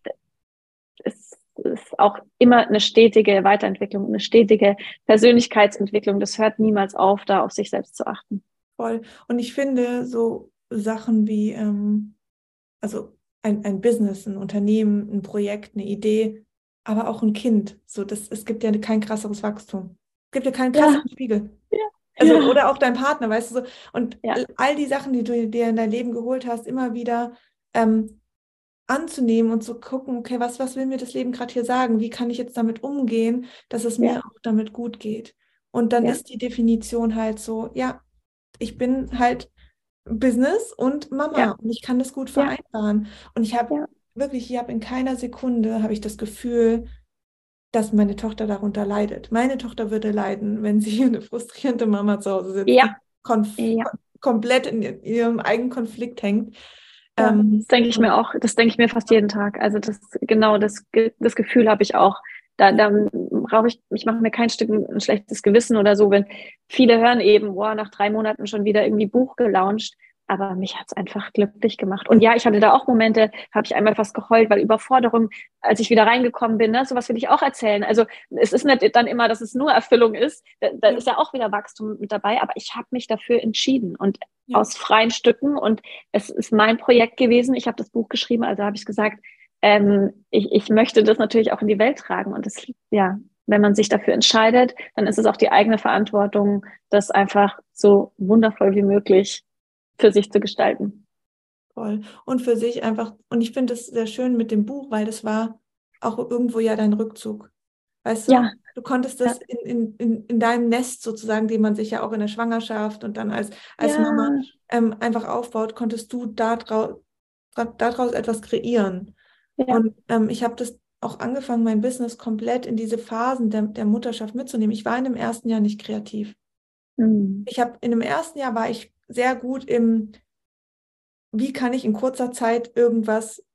S2: es ist auch immer eine stetige Weiterentwicklung, eine stetige Persönlichkeitsentwicklung. Das hört niemals auf, da auf sich selbst zu achten.
S1: Voll. Und ich finde so Sachen wie, ähm, also ein, ein Business, ein Unternehmen, ein Projekt, eine Idee, aber auch ein Kind. So, das, es gibt ja kein krasseres Wachstum. Es gibt ja keinen krasseren
S2: Ja,
S1: Spiegel.
S2: ja,
S1: Also,
S2: ja,
S1: oder auch dein Partner, weißt du so. Und
S2: ja,
S1: all die Sachen, die du dir in dein Leben geholt hast, immer wieder ähm, anzunehmen und zu gucken, okay, was, was will mir das Leben gerade hier sagen? Wie kann ich jetzt damit umgehen, dass es
S2: ja,
S1: mir auch damit gut geht? Und dann
S2: ja,
S1: ist die Definition halt so, ja, ich bin halt Business und Mama
S2: ja,
S1: und ich kann das gut
S2: ja,
S1: vereinbaren. Und ich habe
S2: ja,
S1: wirklich, ich habe in keiner Sekunde, habe ich das Gefühl, dass meine Tochter darunter leidet. Meine Tochter würde leiden, wenn sie eine frustrierende Mama zu Hause sitzt,
S2: ja,
S1: die konf
S2: ja.
S1: komplett in ihrem eigenen Konflikt hängt.
S2: Ja,
S1: Ähm,
S2: das denke ich
S1: und
S2: mir auch, das denke ich mir fast jeden Tag. Also das, genau das, Ge- das Gefühl habe ich auch. Da, da brauche ich, ich mache mir kein Stück ein schlechtes Gewissen oder so, wenn viele hören eben, boah, nach drei Monaten schon wieder irgendwie Buch gelauncht. Aber mich hat's einfach glücklich gemacht. Und ja, ich hatte da auch Momente, habe ich einmal fast geheult, weil Überforderung, als ich wieder reingekommen bin, ne, sowas will ich auch erzählen. Also es ist nicht dann immer, dass es nur Erfüllung ist. Da, da
S1: ja,
S2: ist ja auch wieder Wachstum mit dabei, aber ich habe mich dafür entschieden und
S1: ja,
S2: aus freien Stücken. Und es ist mein Projekt gewesen. Ich habe das Buch geschrieben, also habe ich gesagt, ähm, ich, ich möchte das natürlich auch in die Welt tragen. Und das, ja, wenn man sich dafür entscheidet, dann ist es auch die eigene Verantwortung, das einfach so wundervoll wie möglich für sich zu gestalten.
S1: voll. Und für sich einfach, und ich finde es sehr schön mit dem Buch, weil das war auch irgendwo ja dein Rückzug. Weißt du?
S2: Ja,
S1: Du konntest
S2: ja,
S1: das in, in, in, in deinem Nest sozusagen, den man sich ja auch in der Schwangerschaft und dann als, als Mama
S2: ja,
S1: ähm, einfach aufbaut, konntest du daraus, daraus etwas kreieren.
S2: ja,
S1: Und ähm, ich habe das auch angefangen, mein Business komplett in diese Phasen der, der Mutterschaft mitzunehmen. Ich war in dem ersten Jahr nicht kreativ.
S2: mm.
S1: Ich habe in dem ersten Jahr war ich sehr gut im, wie kann ich in kurzer Zeit irgendwas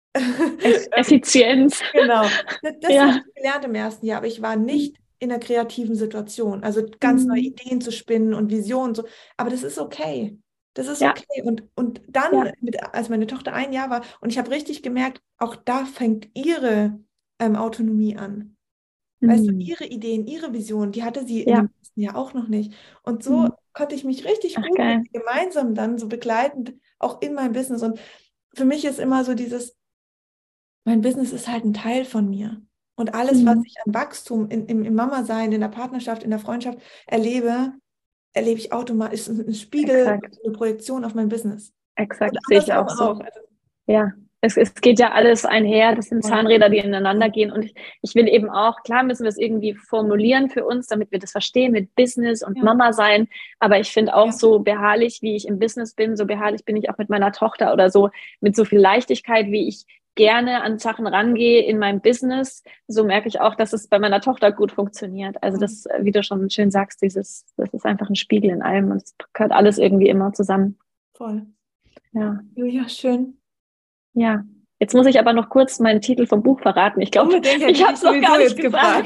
S2: Eff
S1: ähm,
S2: Effizienz.
S1: genau. Das, das habe
S2: Ja,
S1: ich gelernt im ersten Jahr, aber ich war nicht in einer kreativen Situation. Also ganz neue
S2: mm.
S1: Ideen zu spinnen und Visionen und so. Aber das ist okay. Das ist
S2: Ja,
S1: okay. Und, und dann,
S2: ja,
S1: mit, als meine Tochter ein Jahr war, und ich habe richtig gemerkt, auch da fängt ihre ähm, Autonomie an. Weißt du,
S2: mm.
S1: ihre Ideen, ihre Visionen, die hatte sie in
S2: Ja,
S1: dem ersten Jahr auch noch nicht. Und so
S2: mm.
S1: konnte ich mich richtig
S2: Ach
S1: gut mit
S2: geil.
S1: ihr gemeinsam dann so begleitend auch in meinem Business. Und für mich ist immer so dieses, mein Business ist halt ein Teil von mir. Und alles, was
S2: Mm.
S1: ich an Wachstum in, im, im Mama-Sein, in der Partnerschaft, in der Freundschaft erlebe, erlebe ich automatisch, ist ein Spiegel,
S2: Exakt,
S1: eine Projektion auf mein Business. Und
S2: exakt, sehe ich
S1: andersrum
S2: auch
S1: auch.
S2: so.
S1: Also,
S2: Ja, es, es geht ja alles einher. Das sind
S1: voll.
S2: Zahnräder, die ineinander gehen. Und ich, ich will eben auch, klar müssen wir es irgendwie formulieren für uns, damit wir das verstehen mit Business und
S1: Ja,
S2: Mama sein. Aber ich finde auch
S1: ja,
S2: so beharrlich, wie ich im Business bin, so beharrlich bin ich auch mit meiner Tochter oder so mit so viel Leichtigkeit, wie ich gerne an Sachen rangehe in meinem Business. So merke ich auch, dass es bei meiner Tochter gut funktioniert. Also
S1: voll.
S2: das, wie du schon schön sagst, dieses, das ist einfach ein Spiegel in allem und es gehört alles irgendwie immer zusammen.
S1: Voll.
S2: Ja.
S1: Julia, schön.
S2: Ja, jetzt muss ich aber noch kurz meinen Titel vom Buch verraten. Ich glaube,
S1: Unbedingt hätte
S2: ich
S1: ich
S2: habe
S1: dich
S2: es noch
S1: sowieso
S2: gar nicht
S1: jetzt
S2: gesagt.
S1: gefragt.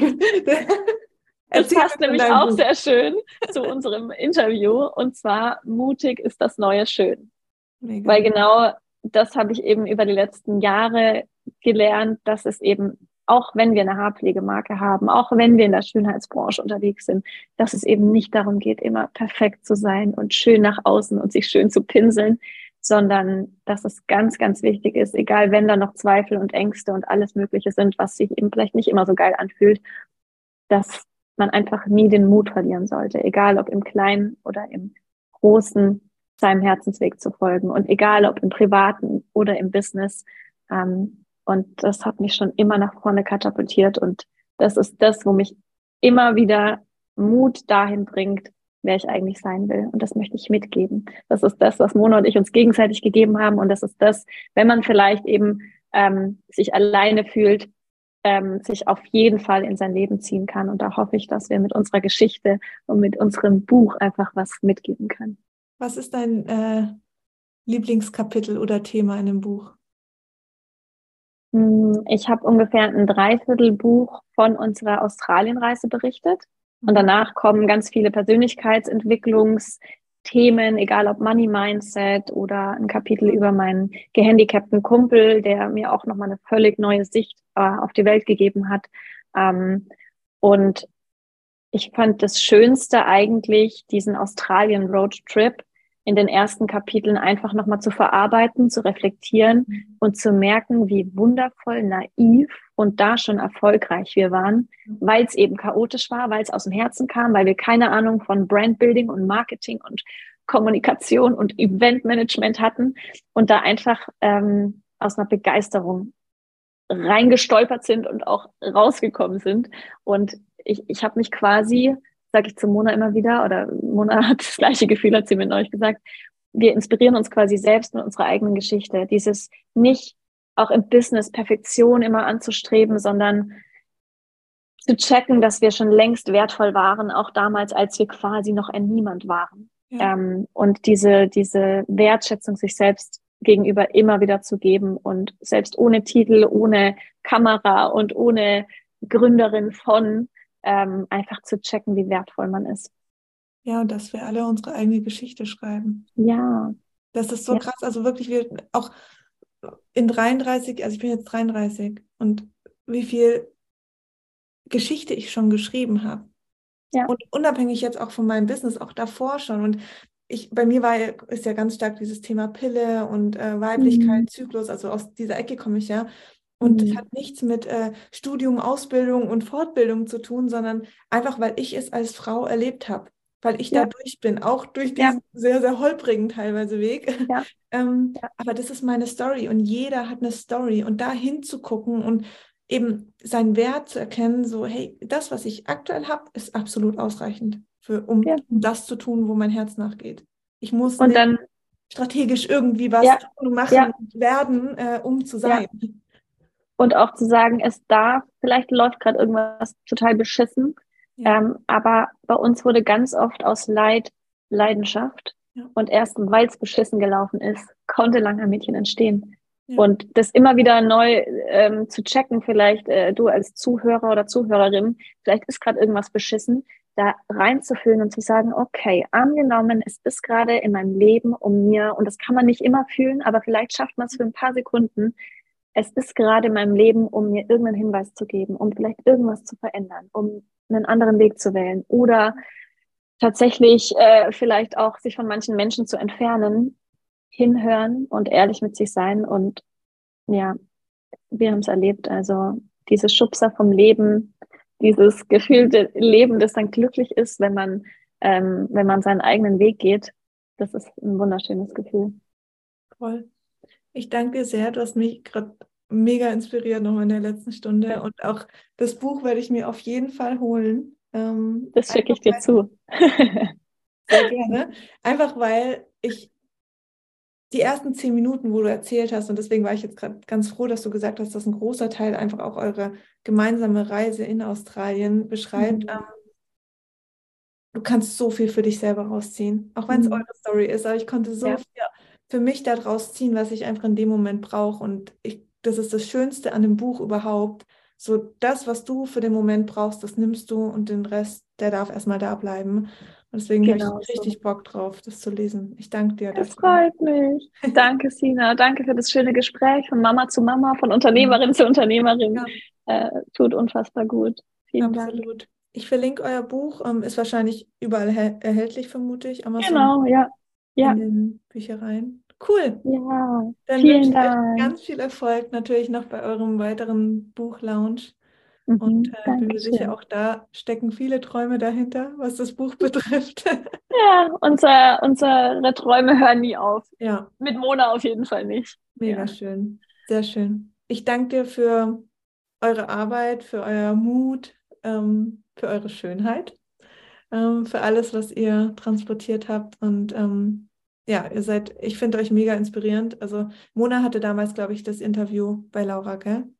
S2: Das
S1: Erzähl
S2: passt
S1: mir von
S2: nämlich
S1: deinem
S2: auch
S1: Buch.
S2: sehr schön zu unserem Interview. Und zwar, mutig ist das neue Schön. Weil
S1: Mega.
S2: genau das habe ich eben über die letzten Jahre gelernt, dass es eben, auch wenn wir eine Haarpflegemarke haben, auch wenn wir in der Schönheitsbranche unterwegs sind, dass es eben nicht darum geht, immer perfekt zu sein und schön nach außen und sich schön zu pinseln, sondern dass es ganz, ganz wichtig ist, egal wenn da noch Zweifel und Ängste und alles Mögliche sind, was sich eben vielleicht nicht immer so geil anfühlt, dass man einfach nie den Mut verlieren sollte, egal ob im Kleinen oder im Großen, seinem Herzensweg zu folgen und egal ob im Privaten oder im Business. Ähm, und das hat mich schon immer nach vorne katapultiert und das ist das, wo mich immer wieder Mut dahin bringt, wer ich eigentlich sein will. Und das möchte ich mitgeben. Das ist das, was Mona und ich uns gegenseitig gegeben haben. Und das ist das, wenn man vielleicht eben ähm, sich alleine fühlt, ähm, sich auf jeden Fall in sein Leben ziehen kann. Und da hoffe ich, dass wir mit unserer Geschichte und mit unserem Buch einfach was mitgeben können.
S1: Was ist dein äh, Lieblingskapitel oder Thema in dem Buch?
S2: Ich habe ungefähr ein Dreiviertelbuch von unserer Australienreise berichtet. Und danach kommen ganz viele Persönlichkeitsentwicklungsthemen, egal ob Money Mindset oder ein Kapitel über meinen gehandicapten Kumpel, der mir auch nochmal eine völlig neue Sicht äh, auf die Welt gegeben hat. Ähm, und ich fand das Schönste eigentlich, diesen Australien-Roadtrip in den ersten Kapiteln einfach nochmal zu verarbeiten, zu reflektieren und zu merken, wie wundervoll naiv und da schon erfolgreich wir waren, weil es eben chaotisch war, weil es aus dem Herzen kam, weil wir keine Ahnung von Brandbuilding und Marketing und Kommunikation und Eventmanagement hatten und da einfach ähm, aus einer Begeisterung reingestolpert sind und auch rausgekommen sind. Und ich, ich habe mich quasi, sage ich zu Mona immer wieder, oder Mona hat das gleiche Gefühl, hat sie mir neulich gesagt, wir inspirieren uns quasi selbst mit unserer eigenen Geschichte. Dieses nicht auch im Business Perfektion immer anzustreben, sondern zu checken, dass wir schon längst wertvoll waren, auch damals, als wir quasi noch ein Niemand waren. Ja. Ähm, und diese, diese Wertschätzung sich selbst gegenüber immer wieder zu geben und selbst ohne Titel, ohne Kamera und ohne Gründerin von ähm, einfach zu checken, wie wertvoll man ist.
S1: Ja, und dass wir alle unsere eigene Geschichte schreiben.
S2: Ja.
S1: Das ist so ja. krass, also wirklich, wir auch in dreiunddreißig, also ich bin jetzt dreiunddreißig und wie viel Geschichte ich schon geschrieben habe. Ja. Und unabhängig jetzt auch von meinem Business, auch davor schon. Und ich, bei mir war ist ja ganz stark dieses Thema Pille und äh, Weiblichkeit, mhm. Zyklus, also aus dieser Ecke komme ich ja. Und es mhm. hat nichts mit äh, Studium, Ausbildung und Fortbildung zu tun, sondern einfach, weil ich es als Frau erlebt habe, weil ich ja. da durch bin, auch durch diesen ja. sehr, sehr holprigen teilweise Weg. Ja. ähm, ja. Aber das ist meine Story und jeder hat eine Story und da hinzugucken und eben seinen Wert zu erkennen, so hey, das, was ich aktuell habe, ist absolut ausreichend, für, um, ja. um das zu tun, wo mein Herz nachgeht. Ich muss
S2: und
S1: nicht
S2: dann,
S1: strategisch irgendwie was ja. tun, machen, ja. werden, äh, um zu sein. Ja.
S2: Und auch zu sagen, es darf, vielleicht läuft gerade irgendwas total beschissen, ja. ähm, aber bei uns wurde ganz oft aus Leid Leidenschaft. Ja. Und erst weil es beschissen gelaufen ist, konnte Langer Mädchen entstehen. Ja. Und das immer wieder neu ähm, zu checken, vielleicht äh, du als Zuhörer oder Zuhörerin, vielleicht ist gerade irgendwas beschissen, da reinzufühlen und zu sagen, okay, angenommen, es ist gerade in meinem Leben um mir, und das kann man nicht immer fühlen, aber vielleicht schafft man es für ein paar Sekunden, es ist gerade in meinem Leben, um mir irgendeinen Hinweis zu geben, um vielleicht irgendwas zu verändern, um einen anderen Weg zu wählen oder tatsächlich äh, vielleicht auch sich von manchen Menschen zu entfernen, hinhören und ehrlich mit sich sein. Und ja, wir haben es erlebt. Also diese Schubser vom Leben, dieses gefühlte Leben, das dann glücklich ist, wenn man, ähm, wenn man seinen eigenen Weg geht, das ist ein wunderschönes Gefühl.
S1: Voll. Ich danke dir sehr. Du hast mich gerade mega inspiriert noch in der letzten Stunde. Ja. Und auch das Buch werde ich mir auf jeden Fall holen. Ähm,
S2: das schicke ich dir weil, zu.
S1: Sehr gerne. Einfach weil ich die ersten zehn Minuten, wo du erzählt hast, und deswegen war ich jetzt gerade ganz froh, dass du gesagt hast, dass ein großer Teil einfach auch eure gemeinsame Reise in Australien beschreibt. Mhm. Ähm, du kannst so viel für dich selber rausziehen, auch wenn es mhm. eure Story ist, aber ich konnte so ja. viel für mich daraus ziehen, was ich einfach in dem Moment brauche. Und ich, das ist das Schönste an dem Buch überhaupt. So das, was du für den Moment brauchst, das nimmst du und den Rest, der darf erstmal da bleiben. Und deswegen genau habe ich so. richtig Bock drauf, das zu lesen. Ich danke dir
S2: dafür. Das freut mich. Danke, Sina. Danke für das schöne Gespräch von Mama zu Mama, von Unternehmerin ja. zu Unternehmerin. Ja. Äh, tut unfassbar gut. Vielen
S1: Absolut.
S2: Dank.
S1: Ich verlinke euer Buch. Ähm, ist wahrscheinlich überall erhältlich, vermute ich. Amazon,
S2: genau, ja. ja.
S1: In den Büchereien. Cool.
S2: Ja,
S1: dann
S2: vielen
S1: wünsche ich
S2: Dank.
S1: euch ganz viel Erfolg natürlich noch bei eurem weiteren Buchlaunch.
S2: Mhm,
S1: und äh, bin mir sicher, auch da stecken viele Träume dahinter, was das Buch betrifft.
S2: Ja, unser, unsere Träume hören nie auf.
S1: Ja.
S2: Mit Mona auf jeden Fall nicht.
S1: Mega
S2: ja.
S1: schön. Sehr schön. Ich danke dir für eure Arbeit, für euer Mut, ähm, für eure Schönheit, ähm, für alles, was ihr transportiert habt. Und ähm, ja, ihr seid, ich finde euch mega inspirierend. Also Mona hatte damals, glaube ich, das Interview bei Laura, gell?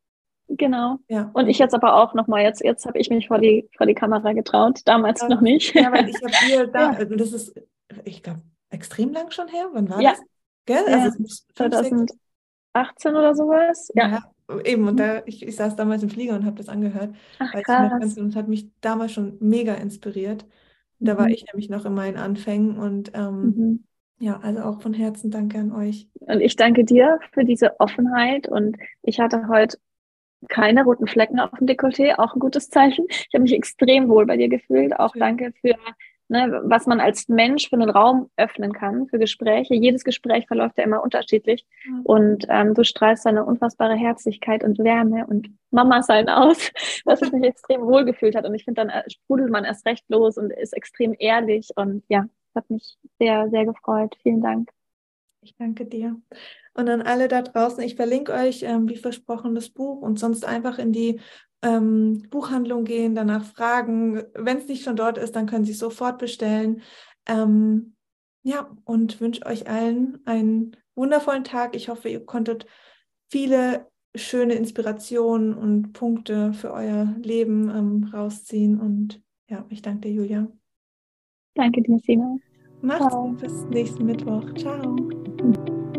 S2: Genau.
S1: Ja.
S2: Und ich jetzt aber auch nochmal, jetzt, jetzt habe ich mich vor die, vor die Kamera getraut, damals
S1: Ja,
S2: noch nicht.
S1: ja, weil ich habe ihr da,
S2: Ja,
S1: also das ist, ich glaube, extrem lang schon her. Wann war
S2: ja,
S1: das? Gell? Also
S2: ja.
S1: es muss fünf, sechs,
S2: zweitausendachtzehn oder sowas. Ja.
S1: ja, eben. Und
S2: Mhm.
S1: da, ich, ich saß damals im Flieger und habe das angehört,
S2: Ach,
S1: weil ich noch ganz,
S2: krass.
S1: und es hat mich damals schon mega inspiriert. Und da war
S2: Mhm.
S1: ich nämlich noch in meinen Anfängen und ähm,
S2: Mhm.
S1: ja, also auch von Herzen danke an euch.
S2: Und ich danke dir für diese Offenheit. Und ich hatte heute keine roten Flecken auf dem Dekolleté, auch ein gutes Zeichen. Ich habe mich extrem wohl bei dir gefühlt. Auch
S1: Schön.
S2: danke für, ne, was man als Mensch für einen Raum öffnen kann für Gespräche. Jedes Gespräch verläuft ja immer unterschiedlich.
S1: Ja.
S2: Und ähm, du strahlst eine unfassbare Herzlichkeit und Wärme und Mama-Sein aus, dass ich mich extrem wohl gefühlt hat. Und ich finde, dann äh, sprudelt man erst recht los und ist extrem ehrlich. Und ja, hat mich sehr, sehr gefreut. Vielen Dank.
S1: Ich danke dir. Und an alle da draußen, ich verlinke euch, ähm, wie versprochen, das Buch und sonst einfach in die ähm, Buchhandlung gehen, danach fragen. Wenn es nicht schon dort ist, dann können Sie es sofort bestellen. Ähm, ja, und wünsche euch allen einen wundervollen Tag. Ich hoffe, ihr konntet viele schöne Inspirationen und Punkte für euer Leben ähm, rausziehen. Und ja, ich danke dir, Julia.
S2: Danke dir, Sina.
S1: Macht's
S2: Ciao.
S1: gut, bis nächsten Mittwoch. Ciao.